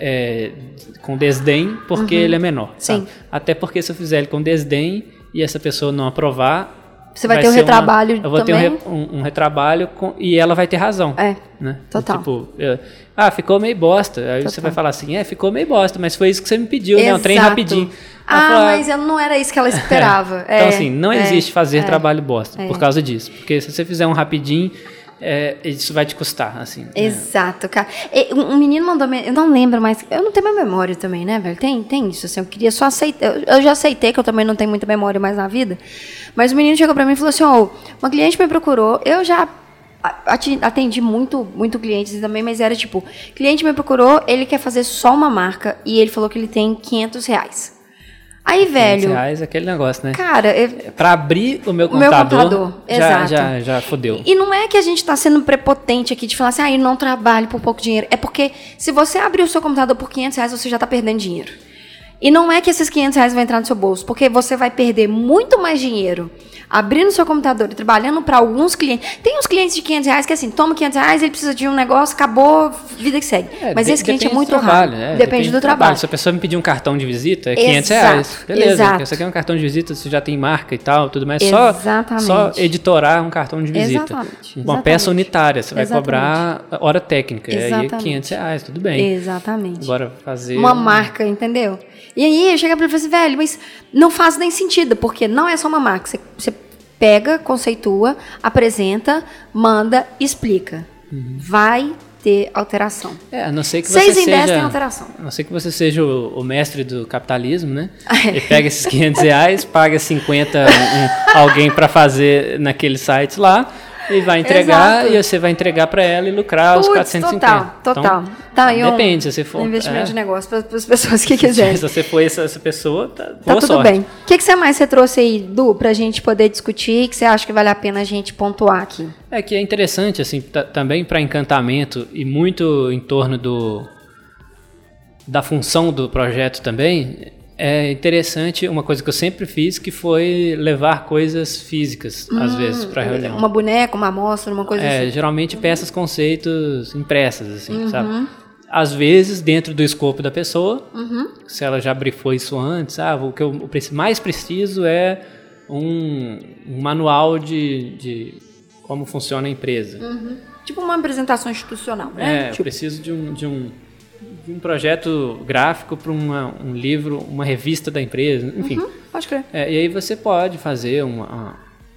B: é, é, com desdém porque uhum. ele é menor.
A: Sim.
B: Sabe? Até porque se eu fizer ele com desdém e essa pessoa não aprovar...
A: Você vai, vai ter um retrabalho
B: uma, eu vou
A: também?
B: ter um, um, um retrabalho com, e ela vai ter razão.
A: É,
B: né?
A: total.
B: Tipo, eu, ah, ficou meio bosta. Aí total. Você vai falar assim, é, ficou meio bosta, mas foi isso que você me pediu,
A: Exato.
B: né? Um trem rapidinho.
A: Ah, fala, mas eu, não era isso que ela esperava.
B: É. Então, assim, não
A: é,
B: existe fazer
A: é,
B: trabalho bosta
A: é.
B: por causa disso. Porque se você fizer um rapidinho, é, isso vai te custar, assim.
A: Exato, cara. Um menino mandou... Eu não lembro mais... Eu não tenho mais memória também, né, velho? Tem, tem isso, assim. Eu queria só aceitar... Eu já aceitei que eu também não tenho muita memória mais na vida. Mas o menino chegou pra mim e falou assim, ó, oh, uma cliente me procurou, eu já atendi muito, muito clientes também, mas era tipo, cliente me procurou, ele quer fazer só uma marca e ele falou que ele tem quinhentos reais. Aí, velho...
B: quinhentos reais é aquele negócio, né?
A: Cara... Eu,
B: pra abrir o meu
A: o
B: computador,
A: meu computador
B: já,
A: exato.
B: já, já fodeu.
A: E não é que a gente tá sendo prepotente aqui de falar assim, ah, eu não trabalho por pouco dinheiro. É porque se você abrir o seu computador por quinhentos reais, você já tá perdendo dinheiro. E não é que esses quinhentos reais vão entrar no seu bolso, porque você vai perder muito mais dinheiro abrindo o seu computador e trabalhando para alguns clientes. Tem uns clientes de quinhentos reais que assim, toma quinhentos reais, ele precisa de um negócio, acabou, vida que segue. É, Mas de, esse cliente é muito raro. Né? Depende, depende do, do trabalho. trabalho.
B: Se a pessoa me pedir um cartão de visita, é quinhentos reais. Beleza,
A: exato.
B: Você quer um cartão de visita, você já tem marca e tal, tudo mais.
A: Exatamente.
B: Só, só editorar um cartão de visita.
A: Exatamente.
B: Uma
A: Exatamente.
B: peça unitária, você vai
A: Exatamente.
B: cobrar hora técnica.
A: Exatamente.
B: E aí quinhentos reais, tudo bem.
A: Exatamente.
B: Agora fazer...
A: Uma marca, entendeu? E aí eu chego pra ele e falo assim, velho, mas não faz nem sentido, porque não é só uma marca. Você, você pega, conceitua, apresenta, manda, explica. Uhum. Vai ter alteração.
B: É, a não ser que
A: Seis
B: você
A: em dez
B: seja,
A: tem alteração.
B: A não ser que você seja o, o mestre do capitalismo, né? E pega esses quinhentos reais, paga cinquenta um, alguém para fazer naquele site lá e vai entregar. Exato. E você vai entregar para ela e lucrar Puts, os quatrocentos e cinquenta.
A: Total, total.
B: Então,
A: tá,
B: depende,
A: um,
B: se você for...
A: Um investimento
B: é,
A: de negócio para as pessoas que quiserem.
B: Se você for essa, essa pessoa, tá,
A: tá
B: boa
A: tudo
B: sorte.
A: bem. O que, que você mais você trouxe aí, Du, para a gente poder discutir, que você acha que vale a pena a gente pontuar aqui?
B: É que é interessante, assim, também para encantamento e muito em torno do, da função do projeto também, é interessante uma coisa que eu sempre fiz, que foi levar coisas físicas, hum, às vezes, para reunião.
A: Uma boneca, uma amostra, uma coisa
B: é,
A: assim.
B: Geralmente peças, conceitos impressas, assim, uhum. sabe? Às vezes, dentro do escopo da pessoa, uhum. se ela já brifou isso antes, ah, o que eu mais preciso é um, um manual de... de como funciona a empresa.
A: Uhum. Tipo uma apresentação institucional, né?
B: É,
A: tipo...
B: eu preciso de um, de um, de um projeto gráfico para um livro, uma revista da empresa, enfim.
A: Uhum, pode crer.
B: É, e aí você pode fazer uma,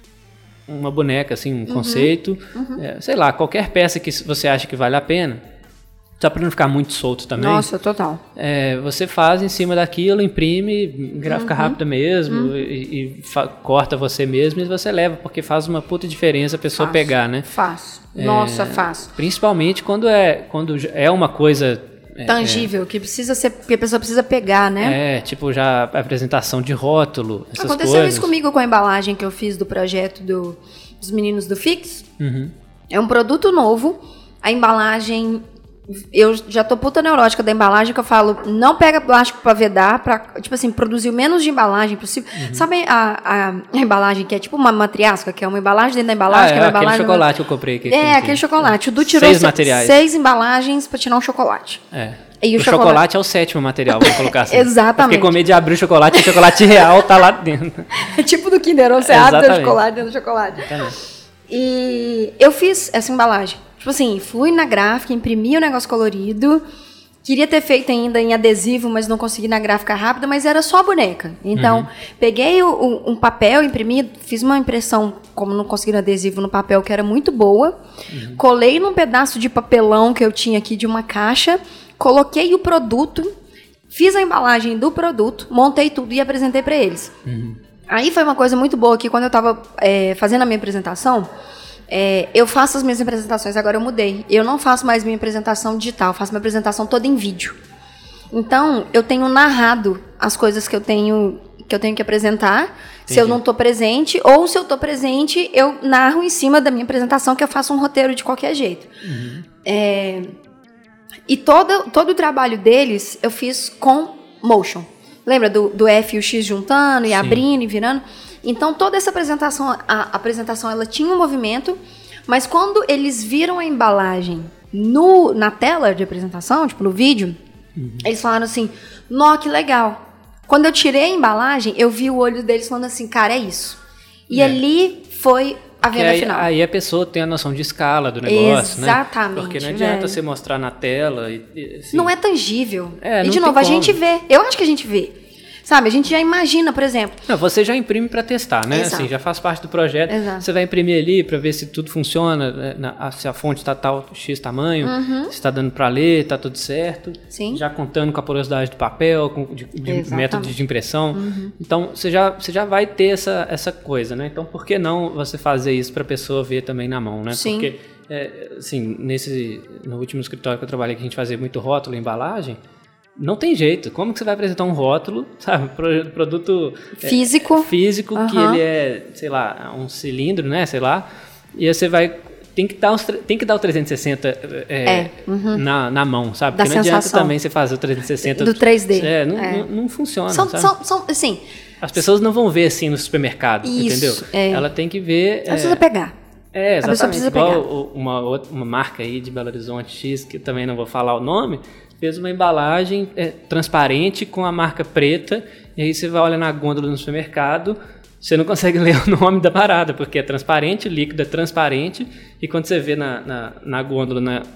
B: uma boneca, assim, um uhum. conceito, uhum. É, sei lá, qualquer peça que você acha que vale a pena, só para não ficar muito solto também.
A: Nossa, total.
B: É, você faz em cima daquilo, imprime, gráfica uhum. rápida mesmo, uhum. e, e fa- corta você mesmo e você leva, porque faz uma puta diferença a pessoa
A: faço,
B: pegar, né?
A: Faço. Nossa,
B: é,
A: faço.
B: Principalmente quando é, quando é uma coisa...
A: tangível, é, que precisa ser, que a pessoa precisa pegar, né?
B: É, tipo já a apresentação de rótulo, essas
A: Aconteceu
B: coisas.
A: isso comigo com a embalagem que eu fiz do projeto do, dos meninos do Fix.
B: Uhum.
A: É um produto novo, a embalagem... Eu já tô puta neurótica da embalagem, que eu falo, não pega plástico pra vedar, pra, tipo assim, produzir o menos de embalagem possível. Uhum. Sabe a, a, a embalagem que é tipo uma matriasca, que é uma embalagem dentro da embalagem?
B: Ah,
A: que é uma
B: aquele
A: embalagem
B: chocolate
A: no...
B: que eu comprei aqui.
A: É, aquele
B: aqui.
A: chocolate. O Du tirou
B: seis
A: se,
B: materiais.
A: seis embalagens pra tirar um chocolate.
B: É.
A: E
B: o,
A: o
B: chocolate...
A: chocolate
B: é o sétimo material, vamos colocar assim.
A: Exatamente.
B: Porque com medo de abrir o chocolate, o chocolate real tá lá dentro.
A: É tipo do Kinder, você é, abre o chocolate dentro do chocolate.
B: Exatamente.
A: E eu fiz essa embalagem. Tipo assim, fui na gráfica, imprimi o negócio colorido. Queria ter feito ainda em adesivo, mas não consegui na gráfica rápida, mas era só a boneca. Então, uhum. peguei o, o, um papel, imprimi, fiz uma impressão, como não consegui no adesivo, no papel, que era muito boa. Uhum. Colei num pedaço de papelão que eu tinha aqui de uma caixa, coloquei o produto, fiz a embalagem do produto, montei tudo e apresentei para eles. Uhum. Aí foi uma coisa muito boa que quando eu estava é, fazendo a minha apresentação... É, eu faço as minhas apresentações, agora eu mudei. Eu não faço mais minha apresentação digital, eu faço minha apresentação toda em vídeo. Então, eu tenho narrado as coisas que eu tenho que, eu tenho que apresentar. Entendi. Se eu não estou presente, ou se eu estou presente, eu narro em cima da minha apresentação, que eu faço um roteiro de qualquer jeito. Uhum. É, e todo, todo o trabalho deles eu fiz com motion. Lembra do, do F e o X juntando e Sim. abrindo e virando? Então, toda essa apresentação, a, a apresentação, ela tinha um movimento, mas quando eles viram a embalagem no, na tela de apresentação, tipo no vídeo, uhum. eles falaram assim, nó, que legal. Quando eu tirei a embalagem, eu vi o olho deles falando assim, cara, é isso. E é. ali foi a venda
B: aí,
A: final.
B: Aí a pessoa tem a noção de escala do negócio,
A: Exatamente,
B: né? Porque não adianta
A: velho.
B: você mostrar na tela. E, e, assim,
A: não é tangível.
B: É,
A: e, de novo, a gente vê. Eu acho que a gente vê. Sabe, a gente já imagina, por exemplo...
B: Não, você já imprime para testar, né?
A: Exato.
B: Assim, já faz parte do projeto.
A: Exato.
B: Você vai imprimir ali para ver se tudo funciona, né? Se a fonte está tal X tamanho, uhum. se está dando para ler, está tudo certo.
A: Sim.
B: Já contando com a porosidade do papel, com de, de método de impressão. Uhum. Então, você já, você já vai ter essa, essa coisa, né? Então, por que não você fazer isso para a pessoa ver também na mão, né?
A: Sim.
B: Porque, é, assim, nesse, no último escritório que eu trabalhei, que a gente fazia muito rótulo e embalagem, não tem jeito. Como que você vai apresentar um rótulo, sabe? Produto
A: físico,
B: é, físico uhum. que ele é, sei lá, um cilindro, né? Sei lá. E aí você vai tem que dar os, tem que dar o trezentos e sessenta é, é. Uhum. na, na mão, sabe?
A: Da
B: Porque não
A: sensação.
B: adianta também você fazer o trezentos e sessenta
A: do três D.
B: É, não,
A: é.
B: não, não funciona,
A: são,
B: sabe?
A: São, são, assim,
B: as pessoas não vão ver assim no supermercado,
A: isso,
B: entendeu?
A: É.
B: Ela tem que ver.
A: Ela precisa pegar.
B: É, exatamente.
A: A pessoa precisa
B: Igual
A: pegar.
B: Uma, uma marca aí de Belo Horizonte X, que também não vou falar o nome, fez uma embalagem é, transparente com a marca preta, e aí você vai olhar na gôndola no supermercado, você não consegue ler o nome da parada, porque é transparente, o líquido é transparente, e quando você vê na, na, na gôndola na, que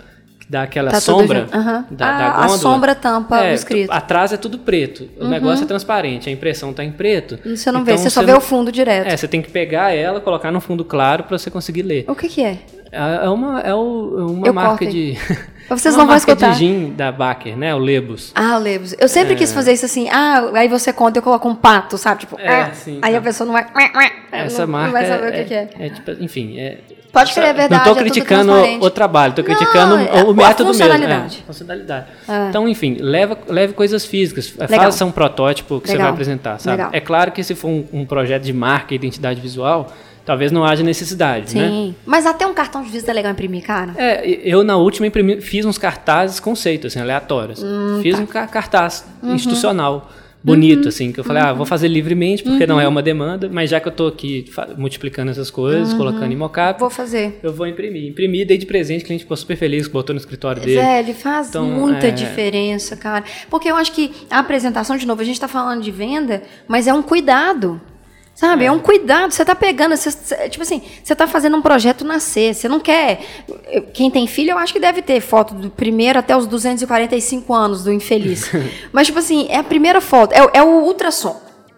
B: dá aquela
A: tá
B: sombra
A: uhum.
B: da,
A: ah,
B: da gôndola.
A: A sombra tampa
B: é,
A: o escrito.
B: Atrás é tudo preto. O uhum. negócio é transparente, a impressão tá em preto.
A: Você não
B: então,
A: vê, você só
B: você
A: vê
B: não...
A: o fundo direto.
B: É, você tem que pegar ela, colocar no fundo claro para você conseguir ler.
A: O que que é?
B: É uma, é uma
A: Eu
B: marca
A: cortei.
B: de...
A: Vocês
B: uma
A: não vão
B: marca
A: escutar.
B: de gin da Baker, né? O Lebus.
A: Ah, o Lebus. Eu sempre é. quis fazer isso assim. Ah, aí você conta e eu coloco um pato, sabe? Tipo,
B: é,
A: ah,
B: sim,
A: aí
B: tá.
A: a pessoa não vai...
B: Essa
A: não,
B: marca
A: não vai saber
B: é,
A: o que, que é.
B: é tipo, enfim, é...
A: Pode crer, é verdade.
B: Não estou criticando
A: é
B: o trabalho, estou
A: não,
B: criticando
A: é,
B: o método
A: a funcionalidade.
B: mesmo. É, funcionalidade.
A: É.
B: Então, enfim, leva, leve coisas físicas.
A: Legal.
B: Faça um protótipo que
A: Legal.
B: você vai apresentar, sabe?
A: Legal.
B: É claro que se for um, um projeto de marca e identidade visual, talvez não haja necessidade,
A: Sim.
B: né?
A: Sim, mas até um cartão de visita é legal imprimir, cara?
B: É, eu na última imprimi, fiz uns cartazes conceito, assim, aleatórios. Hum, fiz tá. um cartaz uhum. institucional. Bonito, uhum, assim, que eu falei, uhum. ah, vou fazer livremente, porque uhum. não é uma demanda, mas já que eu tô aqui multiplicando essas coisas, uhum. colocando em mockup,
A: vou fazer.
B: Eu vou imprimir. Imprimi, dei de presente, o cliente ficou super feliz, botou no escritório dele.
A: É, ele faz
B: então,
A: muita é...
B: diferença,
A: cara. Porque eu acho que a apresentação, de novo, a gente tá falando de venda, mas é um cuidado. Sabe, é. é um cuidado, você tá pegando, você, tipo assim, você tá fazendo um projeto nascer, você não quer... Quem tem filho, eu acho que deve ter foto do primeiro até os duzentos e quarenta e cinco anos do infeliz. Mas, tipo assim, é a primeira foto, é, é o ultrassom.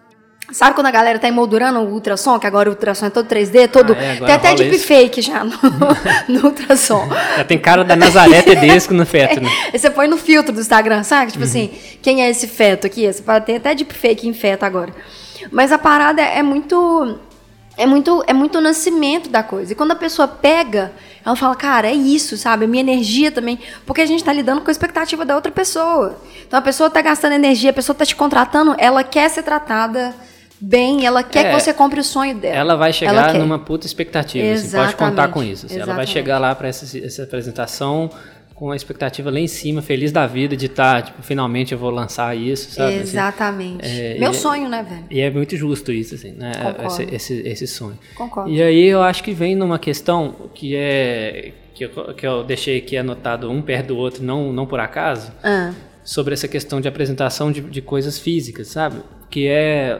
A: Sabe quando a galera tá emoldurando o ultrassom, que agora o ultrassom é todo três D, todo... Ah, é, tem até deepfake já no, no ultrassom.
B: Já tem cara da Nazaré Tedesco no feto, né?
A: É, você põe no filtro do Instagram, sabe? Tipo uhum. assim, quem é esse feto aqui? Você pode ter até deepfake em feto agora. Mas a parada é muito, é muito, é muito o nascimento da coisa. E quando a pessoa pega, ela fala, cara, é isso, sabe? A minha energia também. Porque a gente está lidando com a expectativa da outra pessoa. Então a pessoa está gastando energia, a pessoa está te contratando, ela quer ser tratada bem, ela quer é, que você compre o sonho dela.
B: Ela vai chegar ela numa puta expectativa, assim, pode contar com isso. Assim, ela vai chegar lá para essa, essa apresentação com a expectativa lá em cima, feliz da vida de estar, tá, tipo, finalmente eu vou lançar isso, sabe?
A: Exatamente.
B: Assim, é,
A: Meu
B: e,
A: sonho, né, velho?
B: E é muito justo isso, assim, né?
A: Concordo.
B: Esse, esse, esse sonho.
A: Concordo.
B: E aí eu acho que vem numa questão que é que eu, que eu deixei aqui anotado um perto do outro, não, não por acaso,
A: ah.
B: sobre essa questão de apresentação de, de coisas físicas, sabe? Que é...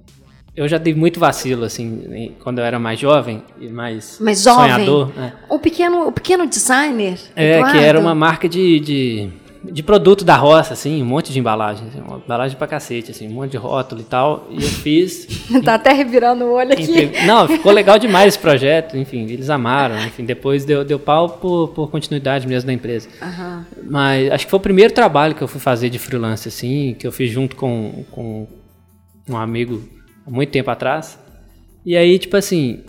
B: Eu já dei muito vacilo, assim, quando eu era mais jovem e mais
A: Mas
B: sonhador.
A: Jovem. É. O, pequeno, o pequeno designer,
B: É,
A: Eduardo.
B: que era uma marca de, de, de produto da roça, assim, um monte de embalagem. Assim, uma embalagem pra cacete, assim, um monte de rótulo e tal. E eu fiz...
A: tá até revirando o olho aqui.
B: Entre, não, ficou legal demais esse projeto, enfim, eles amaram. Enfim, depois deu, deu pau por, por continuidade mesmo da empresa.
A: Uhum.
B: Mas acho que foi o primeiro trabalho que eu fui fazer de freelance, assim, que eu fiz junto com, com um amigo... muito tempo atrás, e aí, tipo assim,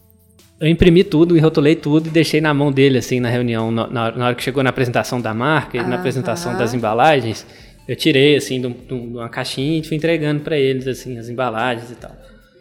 B: eu imprimi tudo, rotulei tudo e deixei na mão dele, assim, na reunião, na, na hora que chegou na apresentação da marca e uh-huh. na apresentação das embalagens, eu tirei, assim, de, um, de uma caixinha e fui entregando para eles, assim, as embalagens e tal.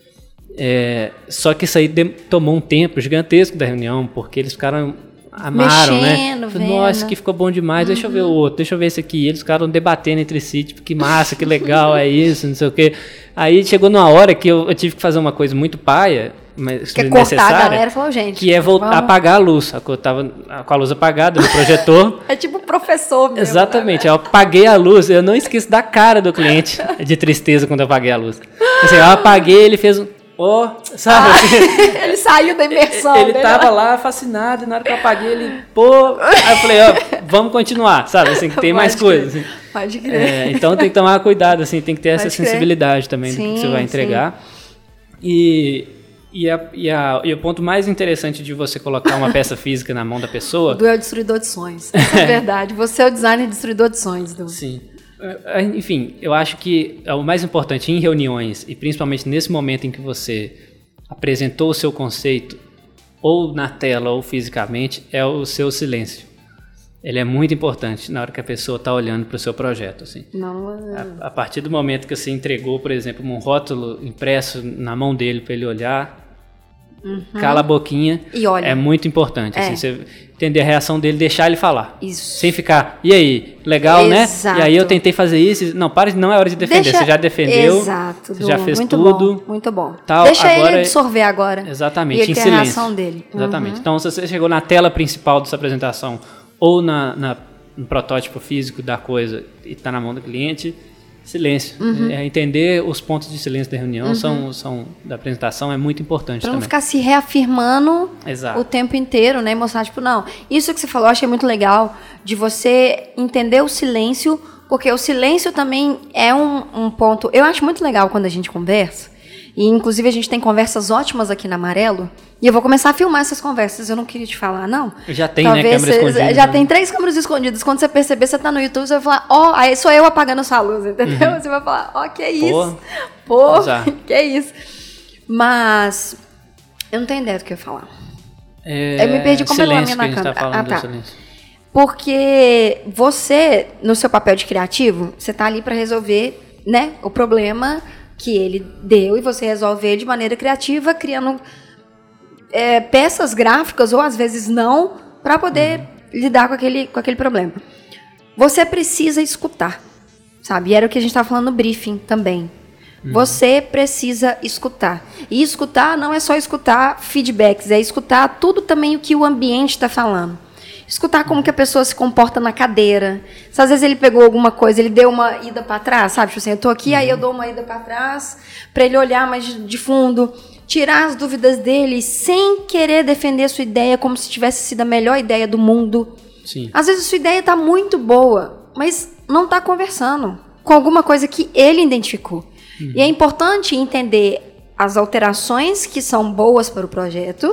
B: É, só que isso aí de, tomou um tempo gigantesco da reunião, porque eles ficaram... amaram,
A: mexendo,
B: né? Nossa, que ficou bom demais, uhum. deixa eu ver o outro, deixa eu ver esse aqui. E eles ficaram debatendo entre si, tipo, que massa, que legal, é isso, não sei o quê. Aí chegou numa hora que eu, eu tive que fazer uma coisa muito paia, mas
A: que é cortar a galera e falou, gente,
B: que é voltar, apagar a luz. Eu tava com a luz apagada no projetor.
A: É tipo professor mesmo.
B: Exatamente, né? Eu apaguei a luz, eu não esqueço da cara do cliente de tristeza quando eu apaguei a luz. Assim, eu apaguei, ele fez um... Oh, sabe?
A: Ah, ele saiu da imersão.
B: Ele dele, tava lá fascinado, e na hora que eu apaguei, ele, pô. Aí eu falei, ó, vamos continuar, sabe? Assim, que tem mais coisas. Assim.
A: Pode crer.
B: É, então tem que tomar cuidado, assim, tem que ter Pode essa sensibilidade crer. também
A: sim,
B: do que você vai entregar. E, e, a, e, a, e o ponto mais interessante de você colocar uma peça física na mão da pessoa.
A: O Du é o destruidor de sonhos. Essa é a verdade. Você é o designer destruidor de sonhos, Du.
B: Sim. Enfim, eu acho que o mais importante em reuniões, e principalmente nesse momento em que você apresentou o seu conceito, ou na tela ou fisicamente, é o seu silêncio. Ele é muito importante na hora que a pessoa está olhando para o seu projeto. Assim.
A: Não, é...
B: a, a partir do momento que você entregou, por exemplo, um rótulo impresso na mão dele para ele olhar, uhum. cala a boquinha,
A: e olha.
B: É muito importante.
A: É.
B: Assim, você entender a reação dele, deixar ele falar.
A: Isso.
B: Sem ficar, e aí, legal,
A: Exato.
B: né? E aí eu tentei fazer isso. Não, para, não é hora de defender.
A: Deixa...
B: Você já defendeu.
A: Exato.
B: Você já fez
A: muito
B: tudo.
A: Bom, muito bom.
B: Tal,
A: Deixa
B: agora...
A: ele absorver agora.
B: Exatamente,
A: e ele
B: em
A: tem
B: silêncio.
A: A reação dele.
B: Exatamente.
A: Uhum.
B: Então, se você chegou na tela principal dessa apresentação ou na, na, no protótipo físico da coisa e está na mão do cliente, Silêncio. Uhum. É, entender os pontos de silêncio da reunião, uhum. são, são, da apresentação, é muito importante
A: pra
B: também.
A: Não ficar se reafirmando
B: Exato.
A: o tempo inteiro, né? E mostrar, tipo, não, isso que você falou, eu achei muito legal, de você entender o silêncio, porque o silêncio também é um, um ponto... Eu acho muito legal quando a gente conversa, e inclusive a gente tem conversas ótimas aqui na Amarelo, e eu vou começar a filmar essas conversas, eu não queria te falar, não.
B: Já tem, Talvez né, câmera escondida.
A: Já né? tem três câmeras escondidas. Quando você perceber, você tá no YouTube, você vai falar, ó, oh, aí sou eu apagando sua luz, entendeu? Uhum. Você vai falar, ó, oh, que isso? Pô, Pô que isso? Mas, eu não tenho ideia do que eu ia falar.
B: É,
A: eu me perdi completamente na câmera. Tá ah, tá. Porque você, no seu papel de criativo, você tá ali para resolver, né, o problema que ele deu e você resolve ele de maneira criativa, criando é, peças gráficas ou às vezes não, para poder uhum. lidar com aquele, com aquele problema. Você precisa escutar, sabe? E era o que a gente estava falando no briefing também. Uhum. Você precisa escutar. E escutar não é só escutar feedbacks, é escutar tudo também o que o ambiente está falando. Escutar como que a pessoa se comporta na cadeira. Se às vezes ele pegou alguma coisa, ele deu uma ida para trás, sabe? Tipo assim, eu tô aqui, uhum. aí eu dou uma ida para trás, para ele olhar mais de, de fundo, tirar as dúvidas dele, sem querer defender a sua ideia como se tivesse sido a melhor ideia do mundo.
B: Sim.
A: Às vezes a sua ideia tá muito boa, mas não tá conversando com alguma coisa que ele identificou. Uhum. E é importante entender as alterações que são boas para o projeto,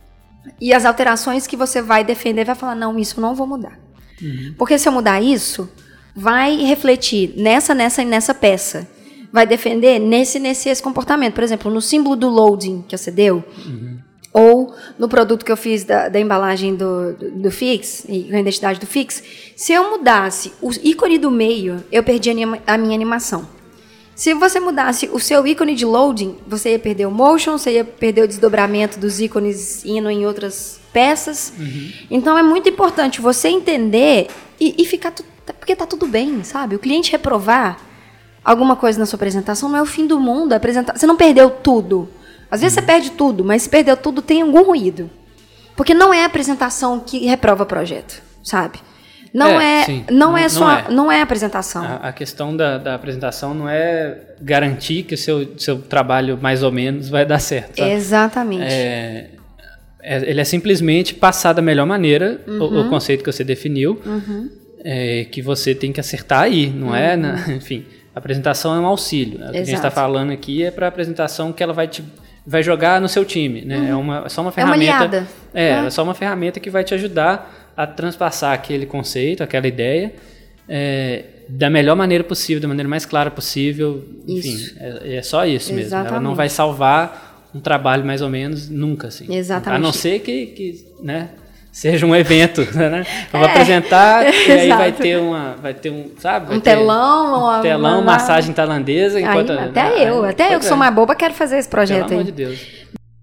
A: e as alterações que você vai defender, vai falar, não, isso eu não vou mudar. Uhum. Porque se eu mudar isso, vai refletir nessa, nessa e nessa peça. Vai defender nesse, nesse esse comportamento. Por exemplo, no símbolo do loading que você deu, uhum. ou no produto que eu fiz da, da embalagem do, do, do Fix, e a identidade do Fix, se eu mudasse o ícone do meio, eu perdi a minha, a minha animação. Se você mudasse o seu ícone de loading, você ia perder o motion, você ia perder o desdobramento dos ícones indo em outras peças. Uhum. Então é muito importante você entender e, e ficar... Tu, porque tá tudo bem, sabe? O cliente reprovar alguma coisa na sua apresentação não é o fim do mundo. Apresentar, você não perdeu tudo. Às vezes uhum. você perde tudo, mas se perdeu tudo, tem algum ruído. Porque não é a apresentação que reprova o projeto, sabe? Não é, é não, não é só, não é, não é a apresentação.
B: A, a questão da, da apresentação não é garantir que o seu, seu trabalho mais ou menos vai dar certo. Sabe?
A: Exatamente.
B: É, é, ele é simplesmente passar da melhor maneira uhum. o, o conceito que você definiu, uhum. é, que você tem que acertar aí, não uhum. é? Na, enfim, a apresentação é um auxílio. O que a gente está falando aqui é para a apresentação que ela vai te vai jogar no seu time, né? Uhum. É uma é só uma ferramenta.
A: É uma aliada.
B: É, é, é só uma ferramenta que vai te ajudar a transpassar aquele conceito, aquela ideia, é, da melhor maneira possível, da maneira mais clara possível. Enfim, é, é só isso mesmo. Exatamente. Ela não vai salvar um trabalho mais ou menos nunca, assim.
A: Exatamente.
B: A não ser que, que né, seja um evento, né? Eu vou é, apresentar e aí vai ter uma, vai ter um, sabe? Vai
A: um telão,
B: um
A: uma,
B: telão,
A: uma
B: massagem tailandesa. Enquanto,
A: aí, até ah, eu, até eu que sou mais boba quero fazer esse projeto
B: Pelo
A: aí.
B: Pelo amor de Deus.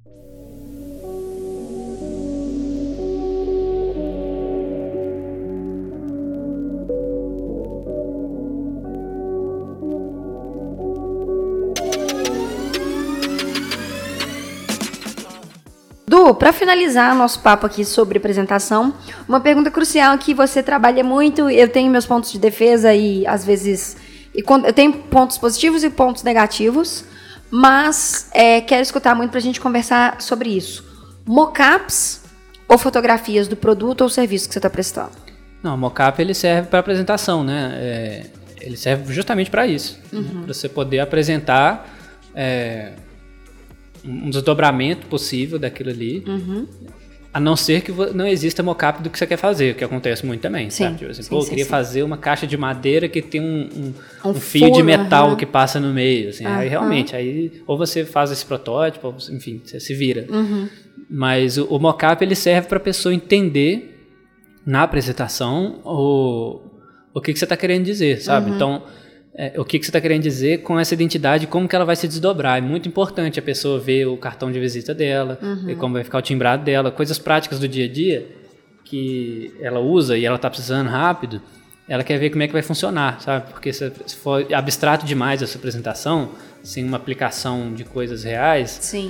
A: Du, para finalizar nosso papo aqui sobre apresentação, uma pergunta crucial que você trabalha muito, eu tenho meus pontos de defesa e às vezes e eu tenho pontos positivos e pontos negativos, mas é, quero escutar muito para a gente conversar sobre isso. Mockups ou fotografias do produto ou serviço que você está prestando?
B: Não, o mockup ele serve para apresentação, né? É, ele serve justamente para isso, uhum. né? Para você poder apresentar é, um desdobramento possível daquilo ali, uhum. a não ser que não exista mockup do que você quer fazer, o que acontece muito também.
A: Sim,
B: sabe? Tipo assim,
A: sim,
B: pô, eu
A: sim,
B: queria
A: sim.
B: fazer uma caixa de madeira que tem um, um,
A: um,
B: um fio
A: furo,
B: de metal
A: uhum.
B: que passa no meio. Assim,
A: uhum.
B: Aí realmente, aí, ou você faz esse protótipo, ou, enfim, você se vira. Uhum. Mas o, o mockup ele serve para a pessoa entender na apresentação o, o que, que você está querendo dizer, sabe? Uhum. Então, É, o que, que você está querendo dizer com essa identidade, como que ela vai se desdobrar. É muito importante a pessoa ver o cartão de visita dela, uhum. ver como vai ficar o timbrado dela, coisas práticas do dia a dia que ela usa e ela está precisando rápido, ela quer ver como é que vai funcionar, sabe? Porque se, se for abstrato demais essa apresentação, sem uma aplicação de coisas reais,
A: Sim.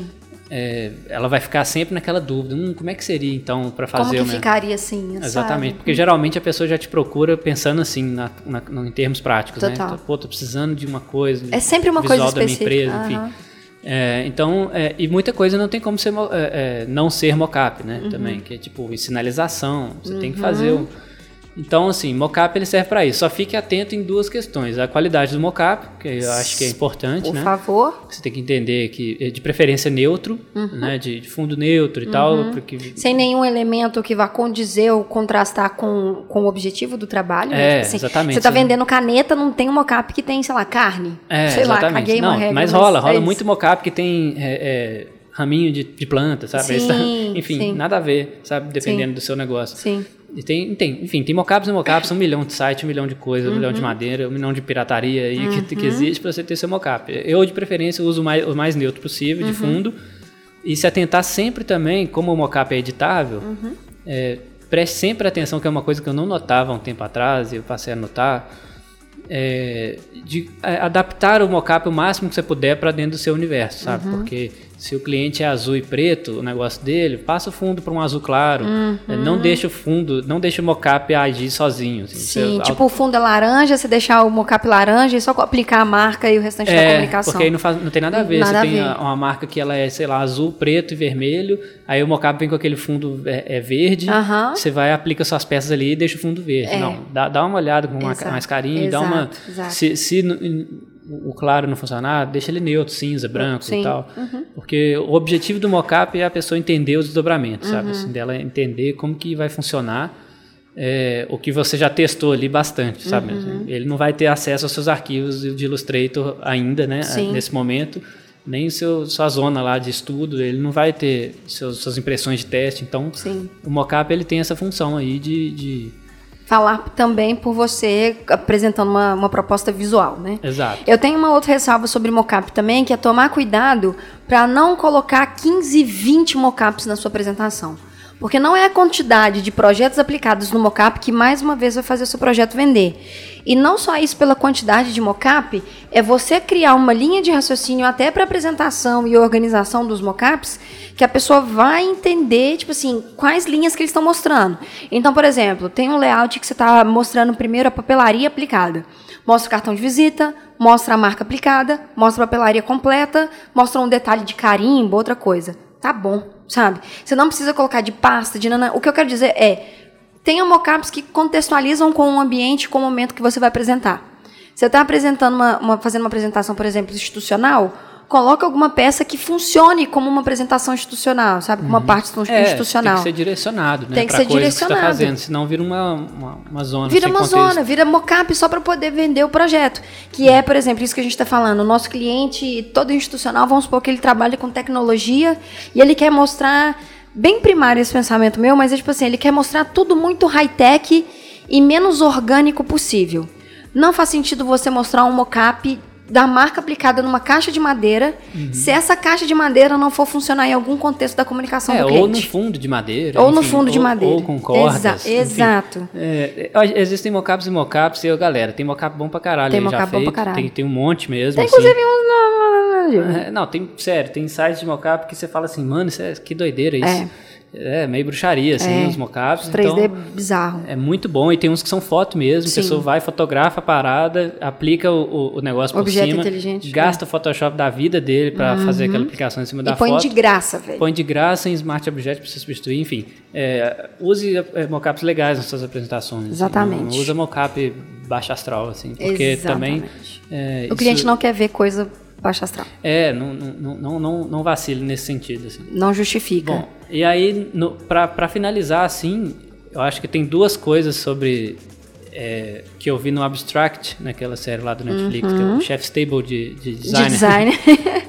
B: é, ela vai ficar sempre naquela dúvida, hum, como é que seria então para fazer...
A: Como que
B: o meu...
A: ficaria assim?
B: Exatamente,
A: sabe?
B: porque geralmente a pessoa já te procura pensando assim, na, na, em termos práticos,
A: Total.
B: né? Então, pô, tô precisando de uma coisa,
A: é sempre uma
B: visual
A: coisa
B: da minha
A: específica.
B: empresa,
A: Uhum.
B: enfim. É, então, é, e muita coisa não tem como ser, é, é, não ser mockup, né? Uhum. Também, que é tipo sinalização, você uhum. tem que fazer o... Então, assim, mockup ele serve para isso. Só fique atento em duas questões. A qualidade do mockup, que eu acho que é importante,
A: Por
B: né?
A: Por favor.
B: Você tem que entender que, de preferência, neutro, uhum. né? De, de fundo neutro e uhum. tal. Porque...
A: Sem nenhum elemento que vá condizer ou contrastar com, com o objetivo do trabalho.
B: É,
A: né? Tipo assim,
B: exatamente.
A: Você tá vendendo caneta, não tem um mockup que tem, sei lá, carne.
B: É,
A: sei
B: exatamente.
A: lá, caguei
B: não,
A: uma regra.
B: Mas rola, rola é muito mockup que tem... É, é, raminho de, de planta, sabe?
A: Sim,
B: enfim,
A: sim.
B: nada a ver, sabe? Dependendo
A: sim.
B: do seu negócio.
A: Sim.
B: E tem, tem, enfim, tem mockups e mockups, um milhão de sites, um milhão de coisas, uhum. um milhão de madeira, um milhão de pirataria aí uhum. que, que existe para você ter seu mockup. Eu, de preferência, uso o mais, o mais neutro possível, uhum. de fundo, e se atentar sempre também, como o mockup é editável, uhum. é, preste sempre atenção, que é uma coisa que eu não notava há um tempo atrás, e eu passei a notar, é, de é, adaptar o mockup o máximo que você puder para dentro do seu universo, sabe? Uhum. Porque se o cliente é azul e preto, o negócio dele, passa o fundo para um azul claro. Uhum. É, não deixa o fundo, não deixa o mockup agir sozinho. Assim,
A: Sim,
B: você,
A: tipo o fundo é laranja, você deixar o mockup laranja e só aplicar a marca e o restante
B: é,
A: da comunicação.
B: Porque aí não, faz, não tem nada a ver.
A: Nada
B: você
A: a
B: tem
A: ver.
B: uma marca que ela é, sei lá, azul, preto e vermelho, aí o mockup vem com aquele fundo é, é verde, uhum. você vai, aplica suas peças ali e deixa o fundo verde.
A: É.
B: Não, dá, dá uma olhada com uma, mais carinho,
A: exato,
B: dá uma...
A: Exato.
B: Se, se o claro não funcionar, deixa ele neutro, cinza, branco
A: Sim.
B: e tal.
A: Uhum.
B: Porque o objetivo do mockup é a pessoa entender os desdobramentos, uhum. sabe? Assim, dela entender como que vai funcionar é, o que você já testou ali bastante, sabe? Uhum. Ele não vai ter acesso aos seus arquivos de Illustrator ainda, né?
A: Sim.
B: Nesse momento. Nem seu, sua zona lá de estudo, ele não vai ter seus, suas impressões de teste. Então,
A: Sim.
B: o mockup ele tem essa função aí de... de
A: falar também por você apresentando uma, uma proposta visual, né?
B: Exato.
A: Eu tenho uma outra ressalva sobre mockup também, que é tomar cuidado para não colocar quinze, vinte mockups na sua apresentação. Porque não é a quantidade de projetos aplicados no mockup que, mais uma vez, vai fazer o seu projeto vender. E não só isso pela quantidade de mockup, é você criar uma linha de raciocínio até para apresentação e organização dos mockups, que a pessoa vai entender, tipo assim, quais linhas que eles estão mostrando. Então, por exemplo, tem um layout que você está mostrando primeiro a papelaria aplicada. Mostra o cartão de visita, mostra a marca aplicada, mostra a papelaria completa, mostra um detalhe de carimbo, outra coisa. Tá bom, sabe? Você não precisa colocar de pasta, de nana. O que eu quero dizer é, tenha mockups que contextualizam com o ambiente, com o momento que você vai apresentar. Você está apresentando uma, uma, fazendo uma apresentação, por exemplo, institucional, coloca alguma peça que funcione como uma apresentação institucional, sabe? Como uma parte institucional.
B: É, tem que ser direcionado, né?
A: Tem que
B: pra
A: ser
B: coisa
A: direcionado.
B: Que você tá fazendo, senão vira uma, uma, uma zona.
A: Vira
B: sem
A: uma
B: contexto.
A: zona, vira mockup só para poder vender o projeto. Que é, por exemplo, isso que a gente está falando. O nosso cliente, todo institucional, vamos supor que ele trabalha com tecnologia e ele quer mostrar, bem primário esse pensamento meu, mas é tipo assim, ele quer mostrar tudo muito high-tech e menos orgânico possível. Não faz sentido você mostrar um mockup da marca aplicada numa caixa de madeira, uhum. se essa caixa de madeira não for funcionar em algum contexto da comunicação
B: é,
A: do cliente.
B: Ou no fundo de madeira.
A: Ou
B: enfim,
A: no fundo de
B: ou,
A: madeira.
B: Ou com cordas.
A: Exa
B: enfim.
A: Exato.
B: É, existem mockups e mockups, e galera, tem mockup bom pra caralho.
A: Tem
B: aí
A: mockup
B: já
A: bom
B: feito,
A: pra caralho.
B: Tem, tem um monte mesmo.
A: Tem
B: assim.
A: inclusive uns... Não,
B: é, não, tem, sério, tem sites de mockup que você fala assim, mano, isso é, que doideira isso.
A: É.
B: É, meio bruxaria, assim,
A: é,
B: os mockups.
A: Os três D
B: então,
A: bizarro.
B: É muito bom. E tem uns que são foto mesmo.
A: Sim.
B: A pessoa vai, fotografa a parada, aplica o, o negócio por
A: Objeto
B: cima.
A: inteligente.
B: Gasta
A: é.
B: o Photoshop da vida dele para uhum. fazer aquela aplicação em cima
A: e
B: da
A: põe
B: foto.
A: Põe de graça, velho.
B: Põe de graça em Smart Object para você substituir. Enfim, é, use é, mockups legais nas suas apresentações.
A: Exatamente.
B: Assim, não usa mockup baixo astral, assim. Porque
A: Exatamente.
B: também... É,
A: o
B: isso,
A: cliente não quer ver coisa... baixo astral.
B: É, não, não, não, não, não vacile nesse sentido. Assim.
A: Não justifica.
B: Bom, e aí, para finalizar, assim, eu acho que tem duas coisas sobre... É, que eu vi no Abstract, naquela série lá do Netflix,
A: uhum.
B: que é o Chef's Table de, de Designer.
A: De design.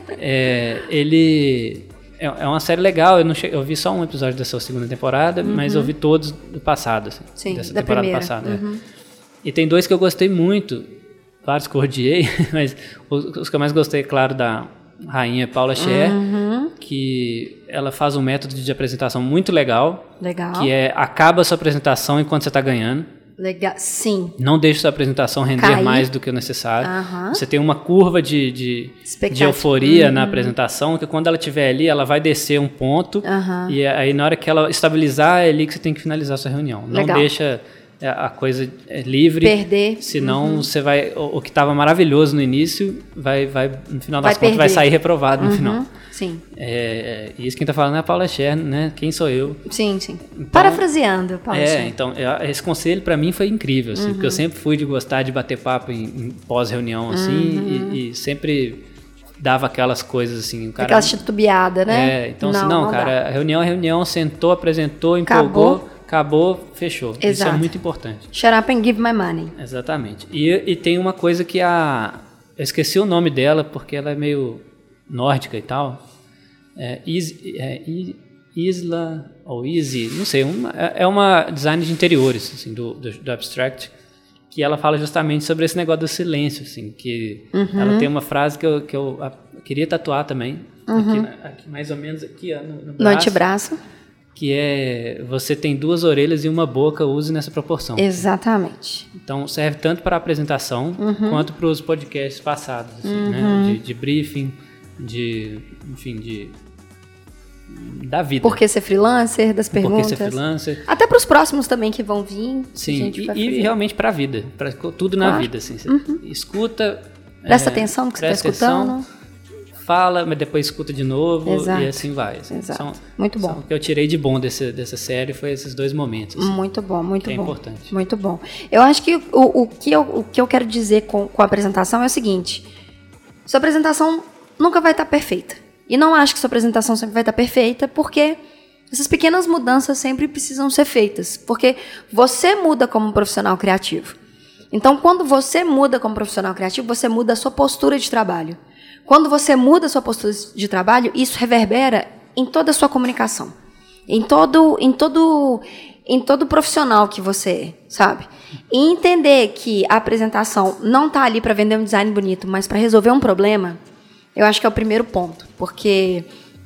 B: é, ele... É, é uma série legal, eu, não che... eu vi só um episódio dessa segunda temporada, uhum. mas eu vi todos do passado, assim.
A: Sim,
B: dessa
A: da
B: temporada
A: primeira.
B: passada.
A: Uhum.
B: É. E tem dois que eu gostei muito, vários que eu odiei, mas os, os que eu mais gostei, claro, da rainha Paula Scher, uhum. que ela faz um método de apresentação muito legal,
A: legal.
B: que é acaba a sua apresentação enquanto você está ganhando.
A: Legal, sim.
B: Não deixe sua apresentação render
A: Cair.
B: mais do que o necessário.
A: Aham.
B: Você tem uma curva de, de, de euforia uhum. na apresentação, que quando ela estiver ali, ela vai descer um ponto,
A: Aham.
B: e aí na hora que ela estabilizar, é ali que você tem que finalizar a sua reunião. Não
A: Legal.
B: deixa a coisa livre,
A: perder.
B: Senão
A: uhum.
B: você vai, o, o que estava maravilhoso no início, vai, vai no final das
A: vai
B: contas,
A: perder.
B: vai sair reprovado no
A: uhum.
B: final.
A: Sim.
B: É, e isso quem está falando é a Paula Scher, né? Quem sou eu?
A: Sim, sim.
B: Então,
A: Parafraseando, Paula
B: É,
A: Scher.
B: então, esse conselho para mim foi incrível, assim,
A: uhum.
B: porque eu sempre fui de gostar de bater papo em, em pós-reunião, assim,
A: uhum.
B: e, e sempre dava aquelas coisas, assim, o cara...
A: Aquela titubeada, né?
B: É, então,
A: não,
B: assim, não,
A: não
B: cara,
A: dá.
B: a reunião é reunião, sentou, apresentou, empolgou, acabou, acabou fechou.
A: Exato.
B: Isso é muito importante.
A: Shut up and give my money.
B: Exatamente. E, e tem uma coisa que a... Eu esqueci o nome dela, porque ela é meio nórdica e tal... É, is, é, Isla ou Easy, não sei, uma, é uma design de interiores assim, do, do, do Abstract, que ela fala justamente sobre esse negócio do silêncio, assim, que uhum. ela tem uma frase que eu, que eu, a, eu queria tatuar também,
A: uhum.
B: aqui, aqui, mais ou menos aqui ó, no, no, braço,
A: no antebraço,
B: que é, você tem duas orelhas e uma boca, use nessa proporção.
A: Exatamente.
B: Então serve tanto para a apresentação
A: uhum.
B: quanto para os podcasts passados, assim,
A: uhum.
B: né, de, de briefing, de, enfim, de da vida.
A: Por que ser freelancer, das perguntas.
B: Por que ser freelancer.
A: Até para os próximos também que vão vir.
B: Sim, e, e realmente para a vida, para tudo na claro. vida. Assim, você
A: uhum.
B: escuta...
A: Presta
B: é,
A: atenção no que você está escutando.
B: Fala, mas depois escuta de novo.
A: Exato.
B: E assim vai. Assim,
A: Exato.
B: São,
A: muito bom.
B: São, o que eu tirei de bom desse, dessa série foi esses dois momentos. Assim,
A: muito bom, muito
B: que
A: bom.
B: É importante.
A: Muito bom. Eu acho que o, o, que, eu, o que eu quero dizer com, com a apresentação é o seguinte. Sua apresentação nunca vai estar perfeita. E não acho que sua apresentação sempre vai estar perfeita, porque essas pequenas mudanças sempre precisam ser feitas. Porque você muda como profissional criativo. Então, quando você muda como profissional criativo, você muda a sua postura de trabalho. Quando você muda a sua postura de trabalho, isso reverbera em toda a sua comunicação. Em todo, em todo, em todo profissional que você é, sabe? E entender que a apresentação não está ali para vender um design bonito, mas para resolver um problema... Eu acho que é o primeiro ponto, porque